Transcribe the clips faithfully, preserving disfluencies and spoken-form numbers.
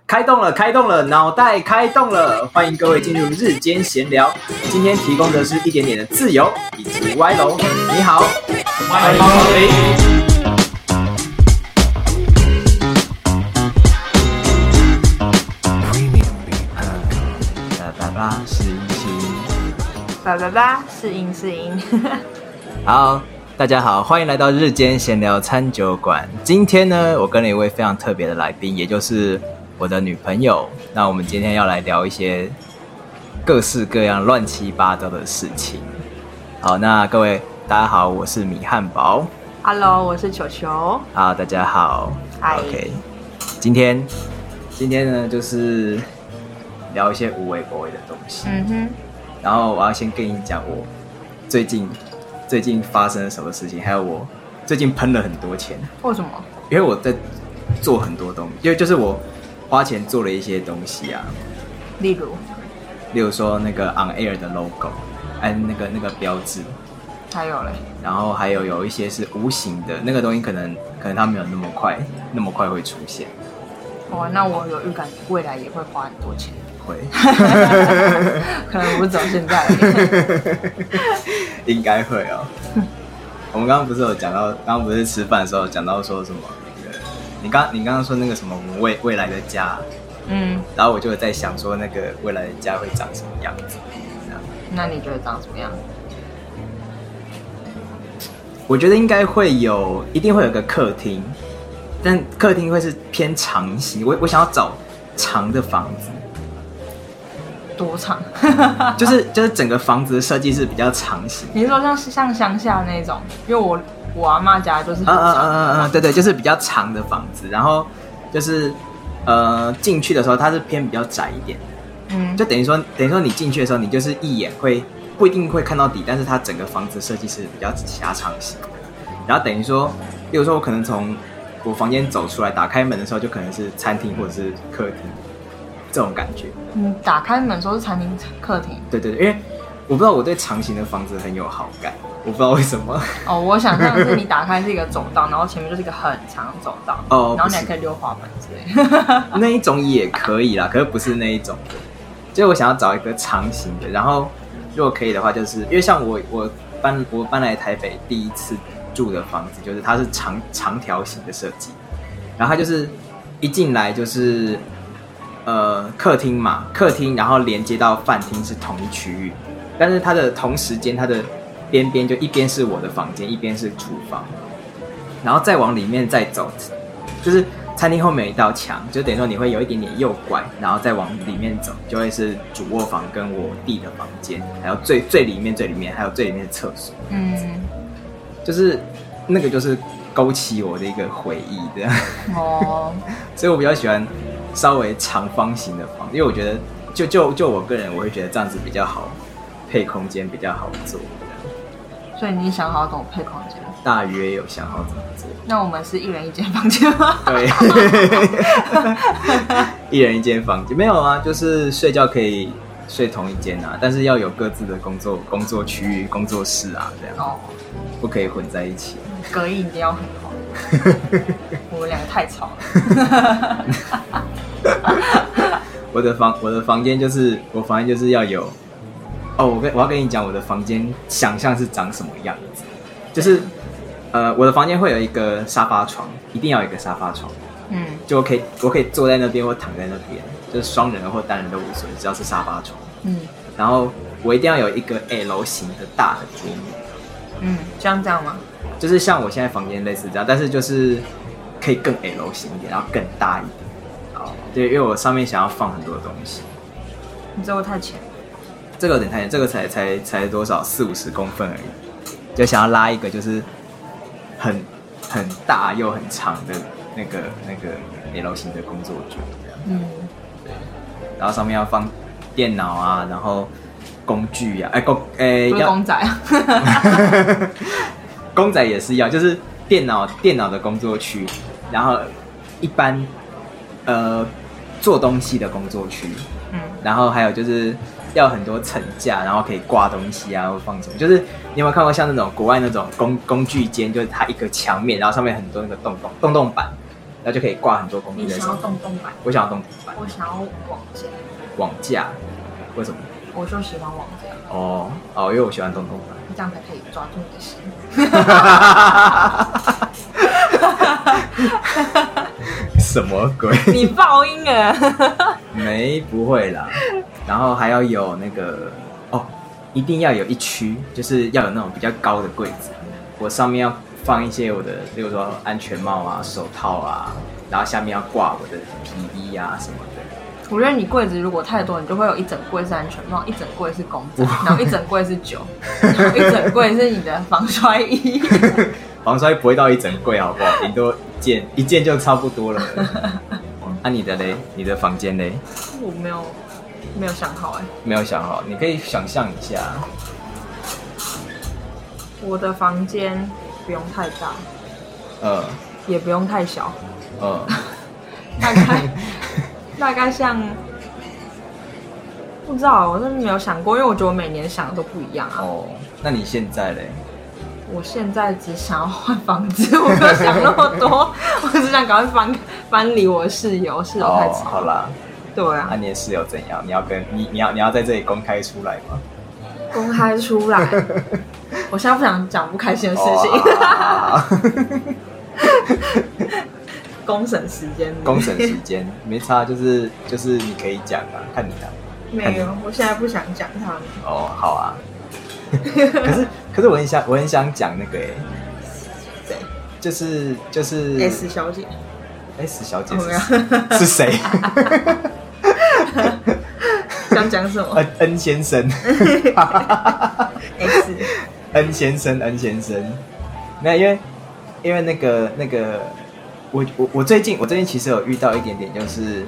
开动了，开动了，脑袋开动了！欢迎各位进入日间闲聊。今天提供的是一点点的自由以及歪楼。你好， 欢迎光临。 叭叭叭，试音试音。 叭叭叭，试音试音。 好，大家好，欢迎来到日间闲聊餐酒馆。今天呢，我跟了一位非常特别的来宾，也就是我的女朋友。那我们今天要来聊一些各式各样乱七八糟的事情。好，那各位大家好，我是米汉堡。 Hello， 我是球球。 好，大家好。 Hi。 OK， 今天今天呢，就是聊一些无微不微的东西。 嗯哼。 然后我要先跟你讲我最近最近发生了什么事情，还有我最近喷了很多钱。 为什么？ 因为我在做很多东西，因为就是我花钱做了一些东西啊。 例如， 例如说那个 On Air 的 logo， 哎，那个那个标志。 还有嘞。 然后还有有一些是无形的，那个东西可能可能它没有那么快那么快会出现。 哦，那我有预感，未来也会花很多钱。 会， 可能不是走现在而已，应该会哦。我们刚刚不是有讲到，刚刚不是吃饭的时候讲到说什么？那个你刚你刚刚说那个什么我们未未来的家， 嗯， 然后我就在想说那个未来的家会长什么样子。 那你觉得长什么样？ 我觉得应该会有，一定会有个客厅，但客厅会是偏长型。我我想要找长的房子。 多长？ 就是就是整个房子的设计是比较长型。 你是说像像乡下那种？因为我我阿嬷家就是很长的嗯嗯嗯嗯，对对，就是比较长的房子，然后就是呃进去的时候它是偏比较窄一点，嗯，就等于说等于说你进去的时候，你就是一眼会不一定会看到底，但是它整个房子设计是比较狭长型的，然后等于说，例如说我可能从我房间走出来，打开门的时候就可能是餐厅或者是客厅。这种感觉， 嗯，打开门说是餐厅、客厅， 对对对，因为我不知道我对长型的房子很有好感，我不知道为什么。 哦，我想象是你打开是一个走道，然后前面就是一个很长的走道，哦，然后你还可以溜滑板之类的。 那一种也可以啦，可是不是那一种的。就我想要找一个长型的，然后如果可以的话，就是因为像我我搬我搬来台北第一次住的房子，就是它是长长条形的设计，然后它就是一进来就是。呃，客厅嘛，客厅，然后连接到饭厅是同一区域，但是它的同时间，它的边边就一边是我的房间，一边是厨房，然后再往里面再走，就是餐厅后面有一道墙，就等于说你会有一点点右拐，然后再往里面走，就会是主卧房跟我弟的房间，还有最最里面最里面还有最里面的厕所，嗯，就是那个就是勾起我的一个回忆这样，哦，所以我比较喜欢。稍微长方形的房子，因为我觉得就就就我个人，我会觉得这样子比较好配空间，比较好做。 所以你想好怎么配空间？ 大约有想好怎么做。 那我们是一人一间房间吗？ 对，一人一间房间没有啊，就是睡觉可以睡同一间啊，但是要有各自的工作工作区域、工作室啊，这样哦，不可以混在一起。 隔音一定要很好。我们两个太吵了。 我的房我的房间就是我房间就是要有哦，我跟我要跟你讲我的房间想象是长什么样子，就是呃我的房间会有一个沙发床，一定要有一个沙发床，嗯，就我可以我可以坐在那边或躺在那边，就是双人或单人都无所谓，只要是沙发床，嗯，然后我一定要有一个 L 型的大的桌面， 嗯，像这样吗？ 就是像我现在房间类似这样，但是就是可以更 L 型一点，然后更大一点。好，对，因为我上面想要放很多东西。 你这个太浅。 这个有点太浅，这个才才才多少四五十公分而已，就想要拉一个就是很很大又很长的那个那个 L 型的工作桌这样。嗯。对。然后上面要放电脑啊，然后工具啊，哎公哎要公仔啊。 公仔也是要，就是电脑电脑的工作区，然后一般呃做东西的工作区，嗯，然后还有就是要很多层架，然后可以挂东西啊，或放什么，就是你有没有看过像那种国外那种工工具间，就是它一个墙面，然后上面很多那个洞洞洞洞板， 那就可以挂很多工具在上面。 你想要洞洞板？ 我想要洞洞板。 我想要网架。 网架？为什么？ 我就喜欢网架。 哦哦，因为我喜欢洞洞板， 这样才可以抓住你的心。 什么鬼？ 你爆音了？ 没，不会啦。然后还要有那个哦，一定要有一区，就是要有那种比较高的柜子，我上面要放一些我的，例如说安全帽啊、手套啊，然后下面要挂我的皮衣啊什么的。 我觉得你柜子如果太多，你就会有一整柜是安全帽，一整柜是公仔，然后一整柜是酒，然后一整柜是你的防摔衣。 防摔不会到一整柜，好不好？顶多一件，一件就差不多了。那、啊、你的嘞？你的房间嘞？ 我没有，没有想好哎。 没有想好，你可以想象一下。 我的房间不用太大， 呃， 也不用太小， 呃， 大概大概像，不知道，我真的没有想过，因为我觉得我每年想的都不一样啊。 哦，那你现在嘞？ 我现在只想要换房子，我没有想那么多，我只想赶快搬搬离我的室友，室友太吵。 哦，好啦， 对啊。 那、啊、你的室友怎样？你要跟你你要你要在这里公开出来吗？ 公开出来，我现在不想讲不开心的事情。公审时间， 公审时间没差，就是就是你可以讲啊，看你啊。 没有，我现在不想讲他们。 哦，好啊。可是可是我很想我很想讲那个哎、欸，对，就是就是 S 小姐 ，S 小姐是是谁？ 想讲什么 ？N N 先生 ，S N 先生 N 先生，没有，因为因为那个那个，我我我最近我最近其实有遇到一点点，就是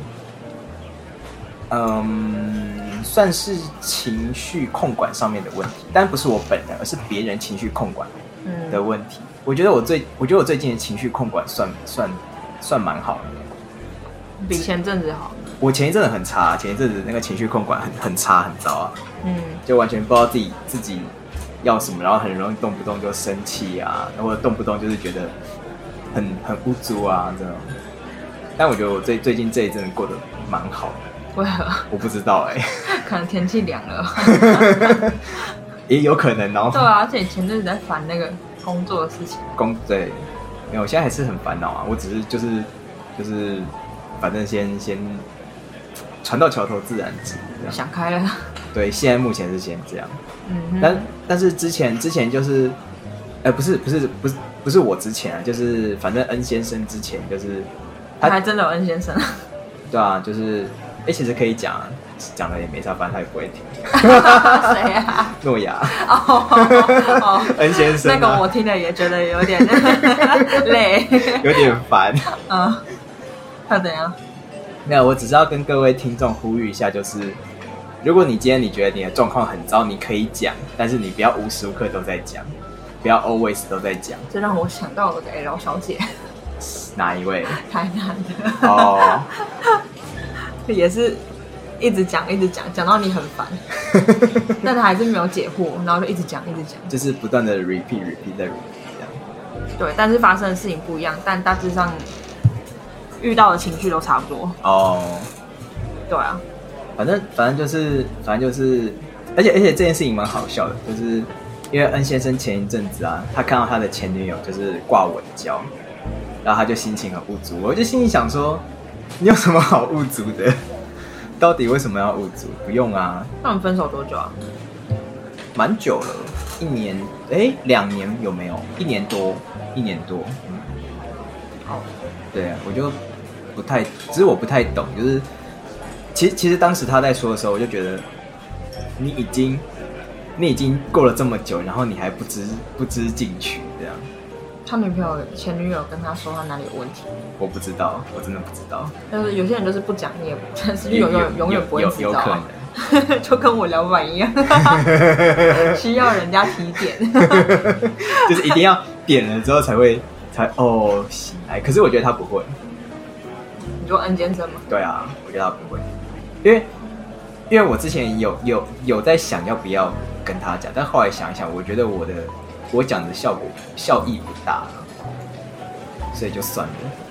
嗯。算是情绪控管上面的问题，但不是我本人，而是别人情绪控管的问题。嗯、我觉得我最，我觉得我最近的情绪控管算算算蛮好的， 比前阵子好。 我前一阵子很差，前一阵子那个情绪控管很很差很糟啊， 嗯， 就完全不知道自己自己要什么，然后很容易动不动就生气啊，或者动不动就是觉得很很无助啊这种。但我觉得我最最近这一阵子过得蛮好的。 为何？ 我不知道哎、欸， 可能天气凉了， 也有可能哦。 对啊，而且前阵子在烦那个工作的事情。 工对，没有，我现在还是很烦恼啊。我只是就是就是，反正先先船到桥头自然直， 想开了。 对，现在目前是先这样。 嗯， 但但是之前之前就是，呃，不是不是不是不是我之前啊，就是反正 N 先生之前就是他还真的有 N 先生。 对啊，就是。哎、欸，其实可以讲啊，讲了也没啥，反正他也不会听。 谁啊？ 诺亚。 哦哦 ，N 先生、啊。 那个我听了也觉得有点累， 有点烦。 嗯，他怎样？ 没有，我只是要跟各位听众呼吁一下，就是如果你今天你觉得你的状况很糟，你可以讲，但是你不要无时无刻都在讲，不要 always 都在讲。 这让我想到了个 L 小姐。 哪一位？ 台南的。 哦。 也是一直讲一直讲，讲到你很烦，但他还是没有解惑，然后就一直讲一直讲， 就是不断的 repeat repeat 再 repeat 这样。 对，但是发生的事情不一样，但大致上遇到的情绪都差不多。 哦， 对啊， 反正反正就是反正就是，而且而且这件事情蛮好笑的，就是因为 N 先生前一阵子啊，他看到他的前女友就是挂稳交，然后他就心情很无助，我就心里想说。你有什么好无助的？到底为什么要无助？不用啊。 他们分手多久啊？ 蛮久了，一年，哎，两年有没有？一年多，一年多。嗯。 哦。 对啊，我就不太，只是我不太懂，就是其实其实当时他在说的时候，我就觉得你已经你已经过了这么久，然后你还不知不知进取这样。 他女朋友前女友跟他说他哪里有问题？ 我不知道，我真的不知道。 但是有些人就是不讲，你也但是永远永远不会知道、啊有，有可能，就跟我老板一样，需要人家提点， 就是一定要点了之后才会才哦醒来。可是我觉得他不会。 你说 N 先生吗？ 对啊，我觉得他不会，因为因为我之前有有有在想要不要跟他讲，但后来想一想，我觉得我的。我讲的效果效益不大，所以就算了。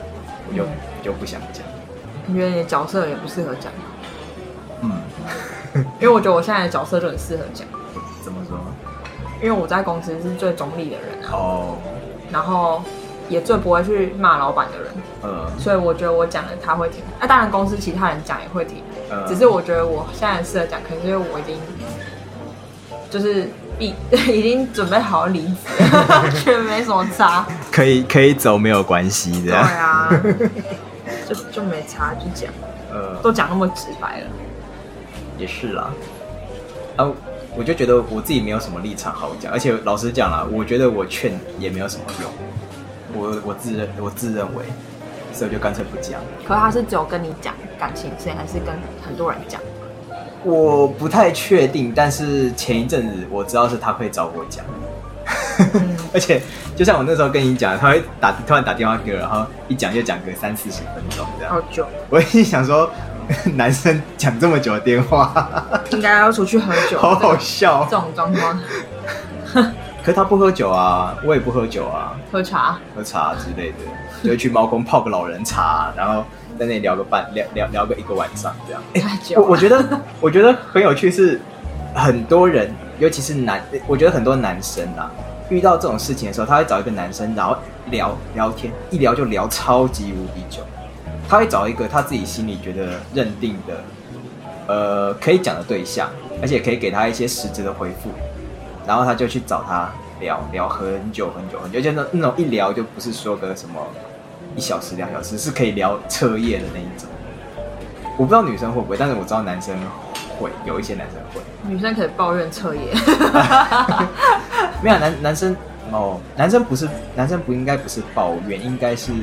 我就、嗯、就不想讲。 你觉得你的角色也不适合讲？ 嗯， 因为我觉得我现在的角色就很适合讲。 怎么说？ 因为我在公司是最中立的人啊。 哦。 然后也最不会去骂老板的人。嗯。所以我觉得我讲了他会听。那、啊、当然公司其他人讲也会听。嗯。只是我觉得我现在适合讲，可能是因为我已经就是已已经准备好离职了，觉得没什么差。 可以可以走没有关系的。 对啊。就就没差，就讲。呃。都讲那么直白了。 也是啦。啊。我就觉得我自己没有什么立场好讲，而且老实讲啦，我觉得我劝也没有什么用，我我自认我自认为，所以我就干脆不讲。 可是他是只有跟你讲感情事，还是跟很多人讲？ 我不太确定，但是前一阵子我知道是他会找我讲，嗯、而且就像我那时候跟你讲，他会打突然打电话给我，然后一讲就讲个三四十分钟这样， 好久。 我一想说。男生讲这么久的电话， 应该要出去喝酒， 好好笑。 这种状况， 可是他不喝酒啊，我也不喝酒啊， 喝茶、 喝茶之类的，就会去猫空泡个老人茶，然后在那里聊个半聊聊聊个一个晚上这样。 太久了。 我我觉得我觉得很有趣是，很多人，尤其是男，我觉得很多男生啊，遇到这种事情的时候，他会找一个男生，然后聊聊天，一聊就聊超级无敌久。他会找一个他自己心里觉得认定的，呃，可以讲的对象，而且可以给他一些实质的回复，然后他就去找他聊聊很久很久很久，就那那种一聊就不是说个什么一小时两小时，是可以聊彻夜的那一种。我不知道女生会不会，但是我知道男生会，有一些男生会。 女生可以抱怨彻夜， 没有男男生哦，男生不是男生不应该不是抱怨，应该是。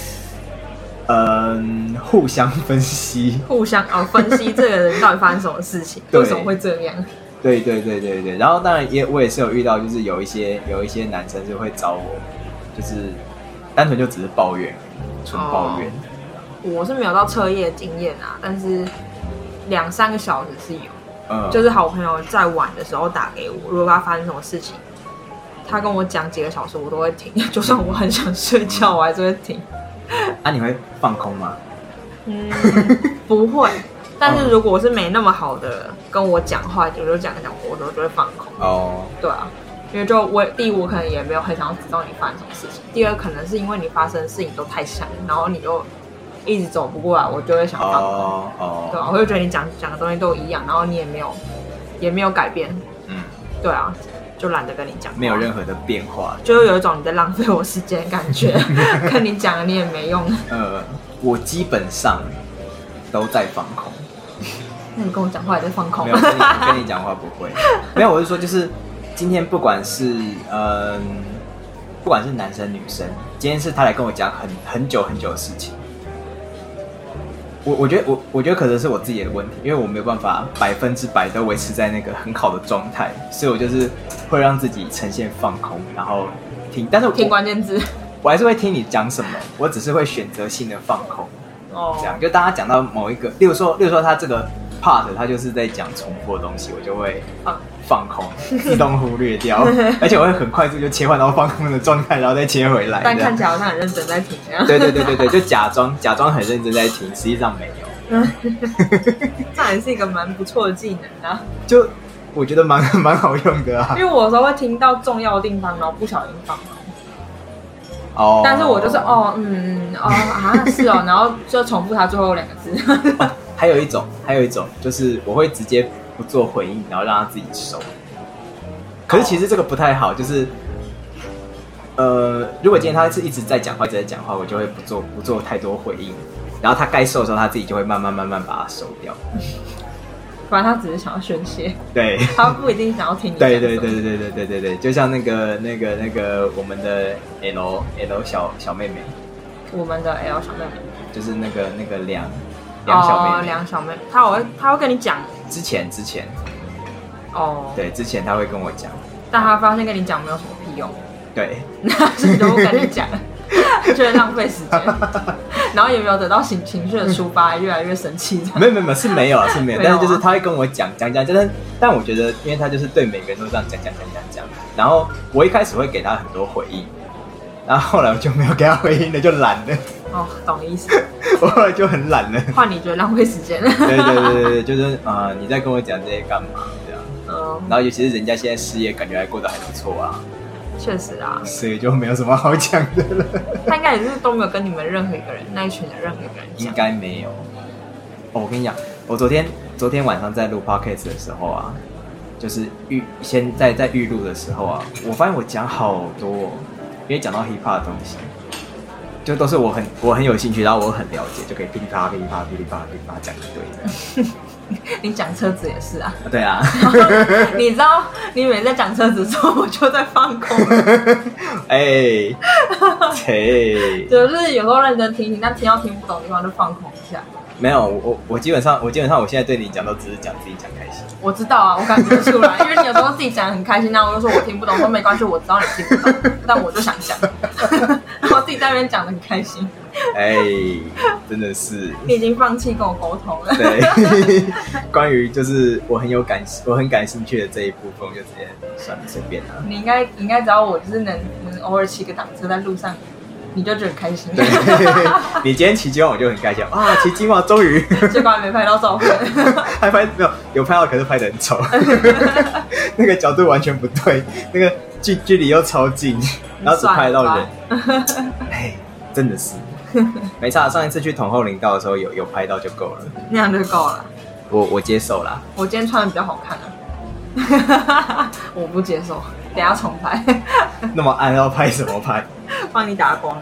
嗯，互相分析， 互相哦分析这个人到底发生什么事情，为什么会这样？ 对对对对对。然后当然也我也是有遇到，就是有一些有一些男生就会找我，就是单纯就只是抱怨，纯抱怨。 哦、我是没有到彻夜经验啊，但是两三个小时是有。嗯，就是好朋友在晚的时候打给我，如果他发生什么事情，他跟我讲几个小时，我都会听，就算我很想睡觉，我还是会听。 啊，你会放空吗？ 嗯，不会。但是如果我是没那么好的跟我讲话，我就讲讲我都就会放空。哦，对啊，因为就我第一，我可能也没有很想要知道你发生什么事情；第二，可能是因为你发生的事情都太像，然后你就一直走不过来，我就会想放空。哦，哦对啊，我就觉得你讲讲的东西都一样，然后你也没有也没有改变。嗯，对啊。就懒得跟你讲， 没有任何的变化， 就有一种你在浪费我时间的感觉。跟你讲了你也没用。 呃，我基本上都在放空。 那你跟我讲话也在放空？ 没有，跟你跟你讲话不会。没有，我是说，就是今天不管是嗯，不管是男生女生，今天是他来跟我讲很很久很久的事情。我我觉得我我觉得可能是我自己的问题，因为我没有办法百分之百都维持在那个很好的状态，所以我就是会让自己呈现放空，然后听，但是我听关键字， 我还是会听你讲什么，我只是会选择性的放空。哦，这样就当他讲到某一个，例如说，例如说他这个 part 他就是在讲重复的东西，我就会放空，自动忽略掉，而且我会很快速就切换到放空的状态，然后再切回来。 但看起来好像很认真在听， 对对对对对，就假装假装很认真在听，实际上没有。 这也是一个蛮不错的技能啊， 就我觉得蛮蛮好用的啊。 因为我有时候会听到重要的地方，然后不小心放空。哦，但是我就是哦嗯哦啊是哦，然后就重复它最后两个字。 哦，还有一种，还有一种就是我会直接不做回应，然后让他自己收。可是其实这个不太好，就是呃，如果今天他是一直在讲话，一直在讲话，我就会不做不做太多回应，然后他该收的时候，他自己就会慢慢慢慢把它收掉。 不然他只是想要宣泄， 对， 他不一定想要听你讲。 对对对对对对对对对，就像那个那个那个我们的 L L 小小妹妹， 我们的 L 小妹妹就是那个那个梁梁小妹妹， 哦，梁小妹妹，她会她会跟你讲之前之前， 哦， 对，之前她会跟我讲， 但她发现跟你讲没有什么屁用， 对， 那所以就不跟你讲，觉得浪费时间，然后也没有得到情情绪的抒发，越来越生气。 没有没有没有是没有是没有，但是就是他会跟我讲讲讲，就是但我觉得，因为他就是对每个人都这样讲讲讲讲讲，然后我一开始会给他很多回应，然后后来我就没有给他回应了，就懒了。 哦，懂意思。 我后来就很懒了。 换你觉得浪费时间。 对对对对，就是啊、呃，你在跟我讲这些干嘛这样？嗯。然后尤其是人家现在事业感觉还过得还不错啊。 确实啊。 所以就没有什么好讲的了。 他应该也是都没有跟你们任何一个人那一群的任何一个人讲。 应该没有。哦，我跟你讲，我昨天昨天晚上在录 podcast 的时候啊，就是预先在在预录的时候啊，我发现我讲好多、哦，因为讲到 hip hop 的东西。就都是我很我很有兴趣，然后我很了解，就可以噼里啪啦噼里啪啦噼里啪啦噼里啪啦讲一堆的。 你讲车子也是啊？ 对啊。 你知道，你每次在讲车子的时候，我就在放空。 哎，切， 就是有时候认真听听，但听到听不懂的地方就放空一下。 没有，我我基本上我基本上我现在对你讲都只是讲自己讲开心。 我知道啊，我感觉出来，因为你有时候自己讲很开心，那我就说我听不懂，说没关系，我知道你听不懂，但我就想讲，然后自己在那边讲得很开心。 哎，真的是， 你已经放弃跟我沟通了。 对，关于就是我很有感我很感兴趣的这一部分，我就直接算了，随便啦。 你应该你应该知道，我就是能能偶尔骑个挡车在路上。你就觉得很开心。 你今天骑金毛我就很开心啊！骑金毛终于， 结果还没拍到照片， 还拍没有有拍到，可是拍得很丑，那个角度完全不对，那个距距离又超近，然后只拍到人，哎，真的是没差。上一次去统后林道的时候有有拍到就够了， 那样就够了。 我我接受啦。我今天穿的比较好看啊，我不接受，等一下重拍。 那么暗要拍什么拍？ 帮你打光。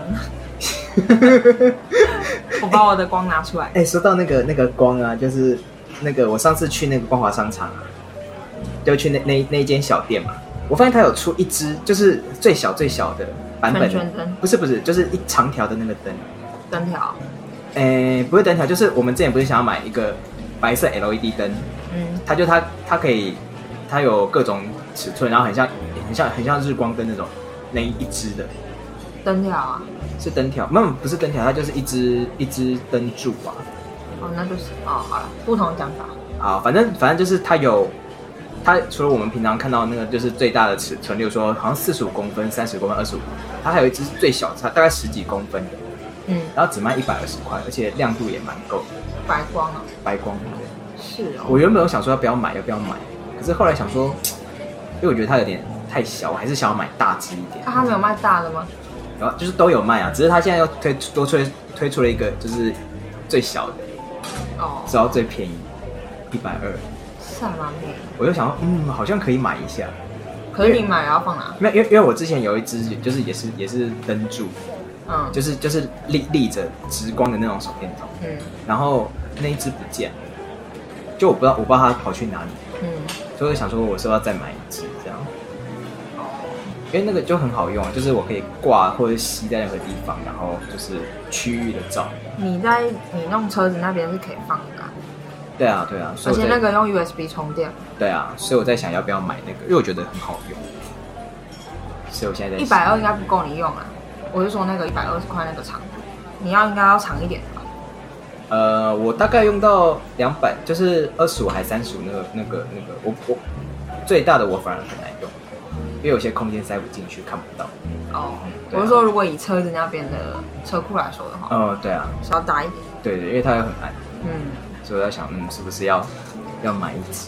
我把我的光拿出来。 哎、欸，说到那个那个光啊，就是那个我上次去那个光华商场啊，就去那那那一间小店嘛，我发现它有出一支就是最小最小的版本的， 圈圈灯， 不是不是，就是一长条的那个灯。 灯条？ 哎、欸，不是灯条，就是我们之前不是想要买一个白色 L E D 灯，嗯，它就它它可以，它有各种尺寸，然后很像很像很像日光灯那种那一支的。 灯条啊？ 是灯条，没有，不是灯条，它就是一支一支灯柱啊。 哦，那就是哦，好了，不同的讲法。 啊，反正反正就是它有，它除了我们平常看到那个就是最大的尺寸，例如说好像四十五公分、三十公分、二十五，它还有一支最小，它大概十几公分的，嗯，然后只卖一百二十块，而且亮度也蛮够的。 白光啊？ 白光， 对。是哦。 我原本有想说要不要买，要不要买，可是后来想说，因为我觉得它有点太小，我还是想要买大支一点。 那、啊、它没有卖大的吗？ 然后就是都有卖啊，只是他现在又推多推推出了一个就是最小的，哦，只要最便宜一百二， 是还蛮便宜。 我就想说，嗯，好像可以买一下。 可是你买要放哪？ 没有，因为因为我之前有一支就是也是也是灯柱，嗯，就是就是立立着直光的那种手电筒，嗯，然后那一支不见了，就我不知道我不知道它跑去哪里，嗯，所以我想说我是不是要再买一支这样。因为那个就很好用，就是我可以挂或者吸在任何地方，然后就是区域的照。 你在你弄车子那边是可以放的、啊。 对啊，对啊， 而且那个用 U S B 充电。 对啊，所以我在想要不要买那个，因为我觉得很好用。所以我现在在一百二应该不够你用啊，我是说那个一百二十块那个长度，你要应该要长一点的吧？ 呃，我大概用到两百，就是二十五还三十五那个那个那个，我我最大的我反而很难用。因为有些空间塞不进去，看不到。哦， 啊、我是说，如果以车子那边的车库来说的话， 哦，对啊， 是要大一点。 对对，因为它又很暗。嗯，所以我在想，嗯，是不是要要买一支？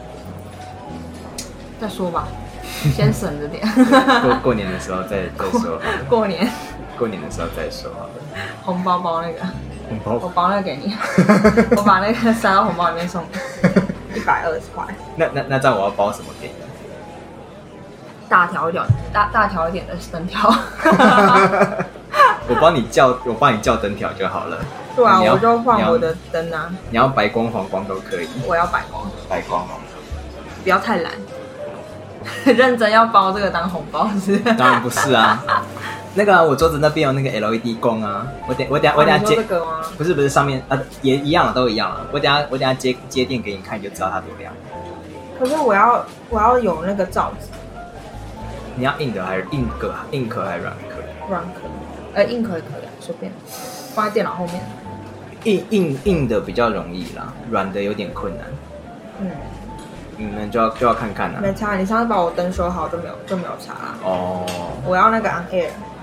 再说吧，先省着点。 过过年的时候再再说。 过年。 过年的时候再说好了。 红包包那个。 红包。 我包那个给你，我把那个塞到红包里面送你，一百二十块。 那那那这样我要包什么给你？ 大条一点，大大条一点的灯条。 我帮你叫，我帮你叫灯条就好了。 对啊，我就换我的灯啊。 你要白光、黄光都可以。 我要白光。 白光哦。 不要太蓝。认真要包这个当红包是？ 当然不是啊。那个、啊、我桌子那边有那个 L E D 光啊，我等我等我等下接。 这个吗？ 不是不是，上面啊也一样了，都一样了。我等下我等下接接电给你看，你就知道它多亮。 可是我要我要有那个罩子。 你要硬的还是硬壳？硬壳还是软壳？ 软壳，呃，硬壳也可以，随便放在电脑后面。 硬硬硬的比较容易啦，软的有点困难。嗯，你们就要就要看看啦。 没差，你上次把我灯修好就没有就没有差啦。 哦， 我要那个 on air。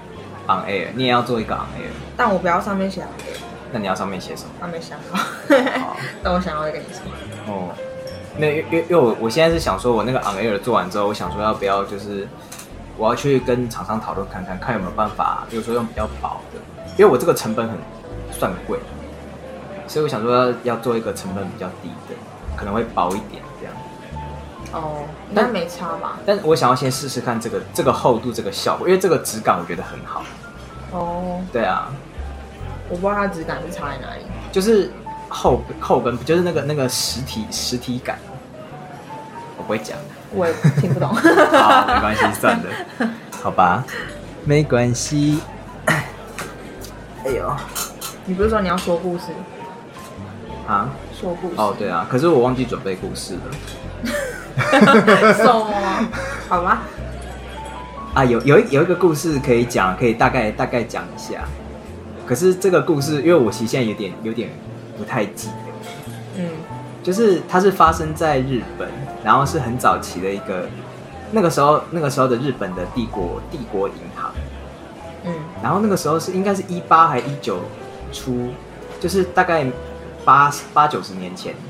on air， 你也要做一个 on air， 但我不要上面写 on air。 那你要上面写什么？ 还没想好，但我想要再跟你说。 哦，没有，因为因为我我现在是想说，我那个 on air 做完之后，我想说要不要就是我要去跟厂商讨论看看，看有没有办法，比如说用比较薄的，因为我这个成本很算贵，所以我想说要要做一个成本比较低的，可能会薄一点这样。 哦，应该没差吧？ 但我想要先试试看这个这个厚度这个效果，因为这个质感我觉得很好。 哦， 对啊。 我不知道它质感是差在哪里， 就是后后跟就是那个那个实体实体感，我不会讲， 我也听不懂。 好，没关系，算了，好吧，没关系。哎呦， 你不是说你要说故事啊？ 说故事？ 哦，对啊，可是我忘记准备故事了。 什么？好吧。 啊，有有一有一个故事可以讲，可以大概大概讲一下。可是这个故事，因为我其实现在有点有点不太记得，嗯，就是它是发生在日本，然后是很早期的一个，那个时候那个时候的日本的帝国帝国银行，嗯，然后那个时候是应该是一八还一九初，就是大概八八九十年前，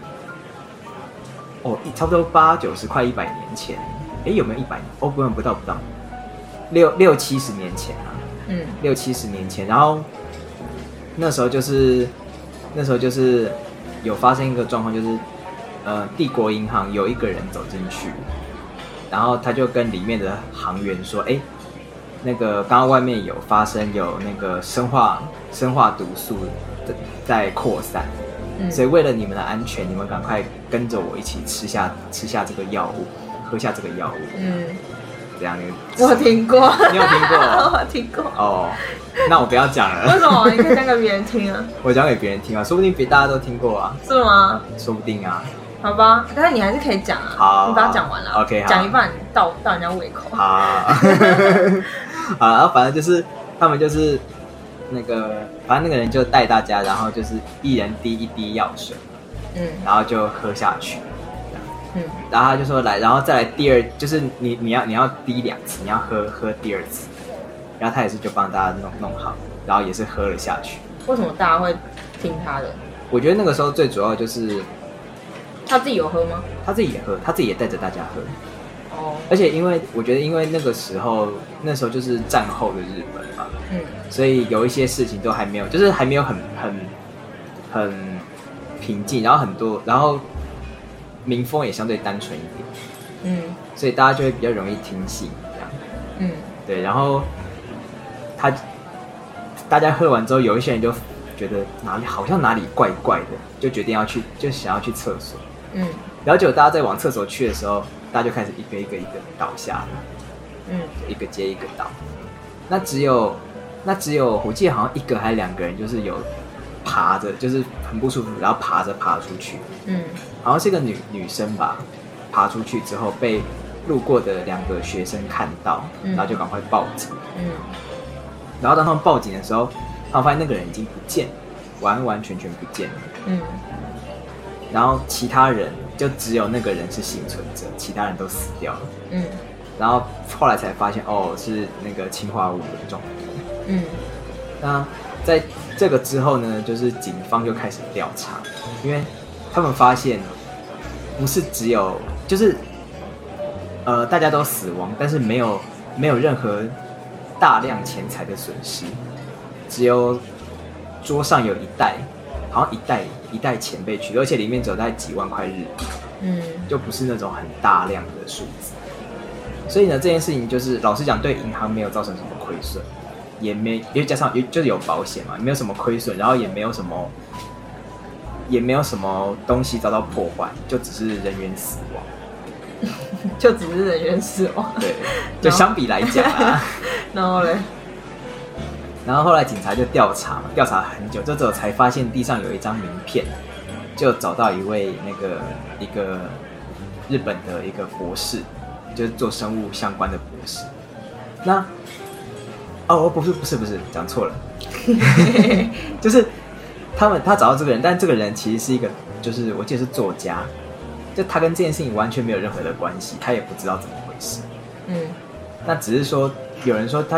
哦，差不多八九十快一百年前，哎，有没有一百年？哦，不用，不到不到，六六七十年前啊。嗯，六七十年前，然后那时候就是那时候就是有发生一个状况，就是呃，帝国银行有一个人走进去，然后他就跟里面的行员说：“哎，那个刚刚外面有发生有那个生化生化毒素在扩散，嗯、所以为了你们的安全，你们赶快跟着我一起吃下吃下这个药物，喝下这个药物。”嗯。这样你我听过， 你有听过？ 我听过。 哦，那我不要讲了。 为什么？你可以讲给别人听啊。 我讲给别人听啊，说不定别大家都听过啊。 是吗？ 说不定啊。 好吧，但是你还是可以讲啊。 好， 你把它讲完了。 OK， 好。 讲一半到到人家胃口。 好。好，然后反正就是他们就是那个，反正那个人就带大家，然后就是一人滴一滴药水，嗯，然后就喝下去。嗯，然后他就说来，然后再来第二，就是你你要你要滴两次，你要喝喝第二次，然后他也是就帮大家弄弄好，然后也是喝了下去。 为什么大家会听他的？ 我觉得那个时候最主要就是他自己有喝吗？ 他自己也喝，他自己也带着大家喝。 哦， 而且因为我觉得，因为那个时候那时候就是战后的日本嘛，嗯，所以有一些事情都还没有，就是还没有很很很平静，然后很多然后。民风也相对单纯一点，嗯，所以大家就会比较容易听信这样，嗯，对，然后他大家喝完之后，有一些人就觉得哪里好像哪里怪怪的，就决定要去，就想要去厕所，嗯，然后结果大家在往厕所去的时候，大家就开始一个一个一个倒下了，嗯，一个接一个倒，那只有那只有我记得好像一个还是两个人，就是有爬着，就是很不舒服，然后爬着爬出去，嗯。好像是一个女女生吧，爬出去之后被路过的两个学生看到，嗯、然后就赶快报警。嗯，然后当他们报警的时候，他们发现那个人已经不见了，完完全全不见了。嗯，然后其他人就只有那个人是幸存者，其他人都死掉了。嗯，然后后来才发现，哦，是那个氰化物的中毒。嗯，那在这个之后呢，就是警方就开始调查，因为他们发现。不是只有就是呃大家都死亡，但是没有没有任何大量钱财的损失，只有桌上有一袋，好像一袋一袋钱被取，而且里面只有大概几万块日币，嗯，就不是那种很大量的数字。所以呢，这件事情就是老实讲，对银行没有造成什么亏损，也没因为加上就是有保险嘛，没有什么亏损，然后也没有什么。也没有什么东西遭到破坏，就只是人员死亡， 就只是人员死亡。 对，就相比来讲啊。 然后嘞， 然后后来警察就调查，调查很久，这时候才发现地上有一张名片，就找到一位那个一个日本的一个博士，就是做生物相关的博士。那哦，不是不是不是，讲错了，就是。他们他找到这个人，但这个人其实是一个，就是我记得是作家，就他跟这件事情完全没有任何的关系，他也不知道怎么回事。嗯，那只是说有人说他觉得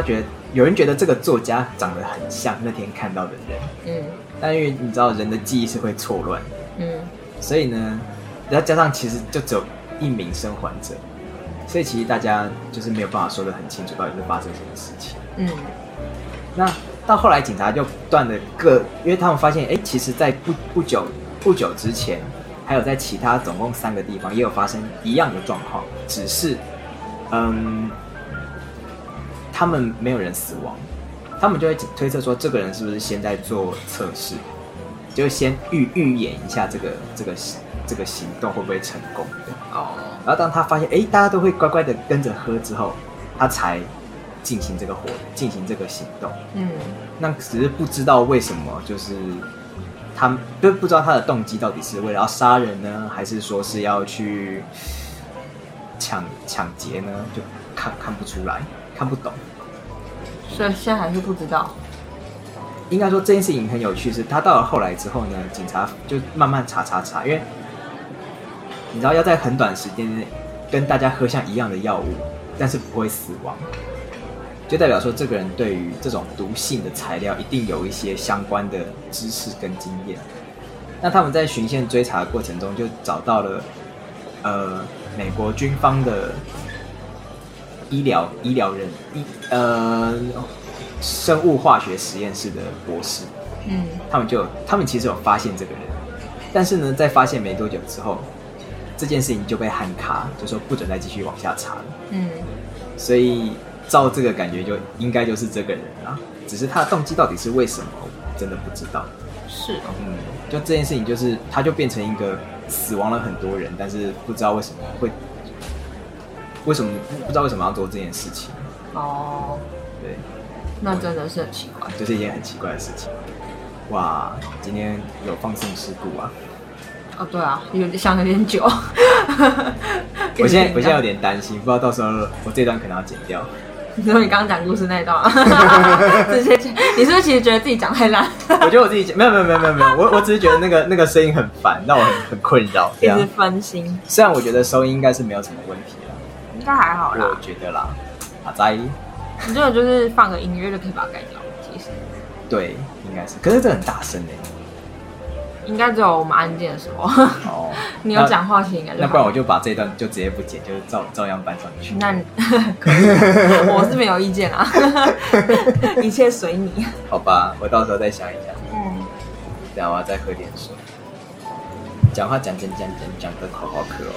有人觉得这个作家长得很像那天看到的人，嗯，但因为你知道人的记忆是会错乱，嗯，所以呢，然后加上其实就只有一名生还者，所以其实大家就是没有办法说得很清楚到底是发生什么事情，嗯，那到后来警察就不断的各，因为他们发现，哎，其实在不不久不久之前，还有在其他总共三个地方也有发生一样的状况，只是，嗯。他们没有人死亡，他们就会推测说这个人是不是先在做测试，就先预预演一下这个这个这个行动会不会成功哦。然后当他发现哎大家都会乖乖的跟着喝之后，他才进行这个活进行这个行动。嗯，那只是不知道为什么，就是他就不知道他的动机到底是为了要杀人呢，还是说是要去抢抢劫呢？就看看不出来。看不懂， 所以现在还是不知道。 应该说这件事情很有趣，是他到了后来之后呢，警察就慢慢查查查，因为你知道要在很短时间内跟大家喝像一样的药物，但是不会死亡，就代表说这个人对于这种毒性的材料一定有一些相关的知识跟经验。那他们在循线追查的过程中，就找到了呃美国军方的。医疗医疗人医呃生物化学实验室的博士，嗯，他们就他们其实有发现这个人，但是呢，在发现没多久之后，这件事情就被喊卡，就说不准再继续往下查了，嗯，所以照这个感觉就应该就是这个人啦，只是他的动机到底是为什么，我真的不知道。 是哦， 嗯，就这件事情就是他就变成一个死亡了很多人，但是不知道为什么会。为什么不知道为什么要做这件事情？哦，对， 那真的是很奇怪， 就是一件很奇怪的事情。哇，今天有放送事故啊！ 哦，对啊，有想有点久。 我现在我现在有点担心，不知道到时候我这段可能要剪掉。 你说你刚刚讲故事那一段吗？直接剪，你是不是其实觉得自己讲太烂？ 我觉得我自己讲没有没有没有没有没有，我我只是觉得那个那个声音很烦，让我很很困扰， 一直分心。 虽然我觉得收音应该是没有什么问题。 应该还好啦， 我觉得啦，阿仔， 你这个就是放个音乐就可以把它改掉，其实。 对，应该是，可是这很大声哎。 应该只有我们安静的时候。哦。你有讲话其实应该就好。 那不然我就把这一段就直接不剪，就是照照样搬上去。 那可以，我是没有意见啊，一切随你。 好吧，我到时候再想一想。嗯。等下我要再喝点水。讲话讲讲讲讲讲的好好渴哦。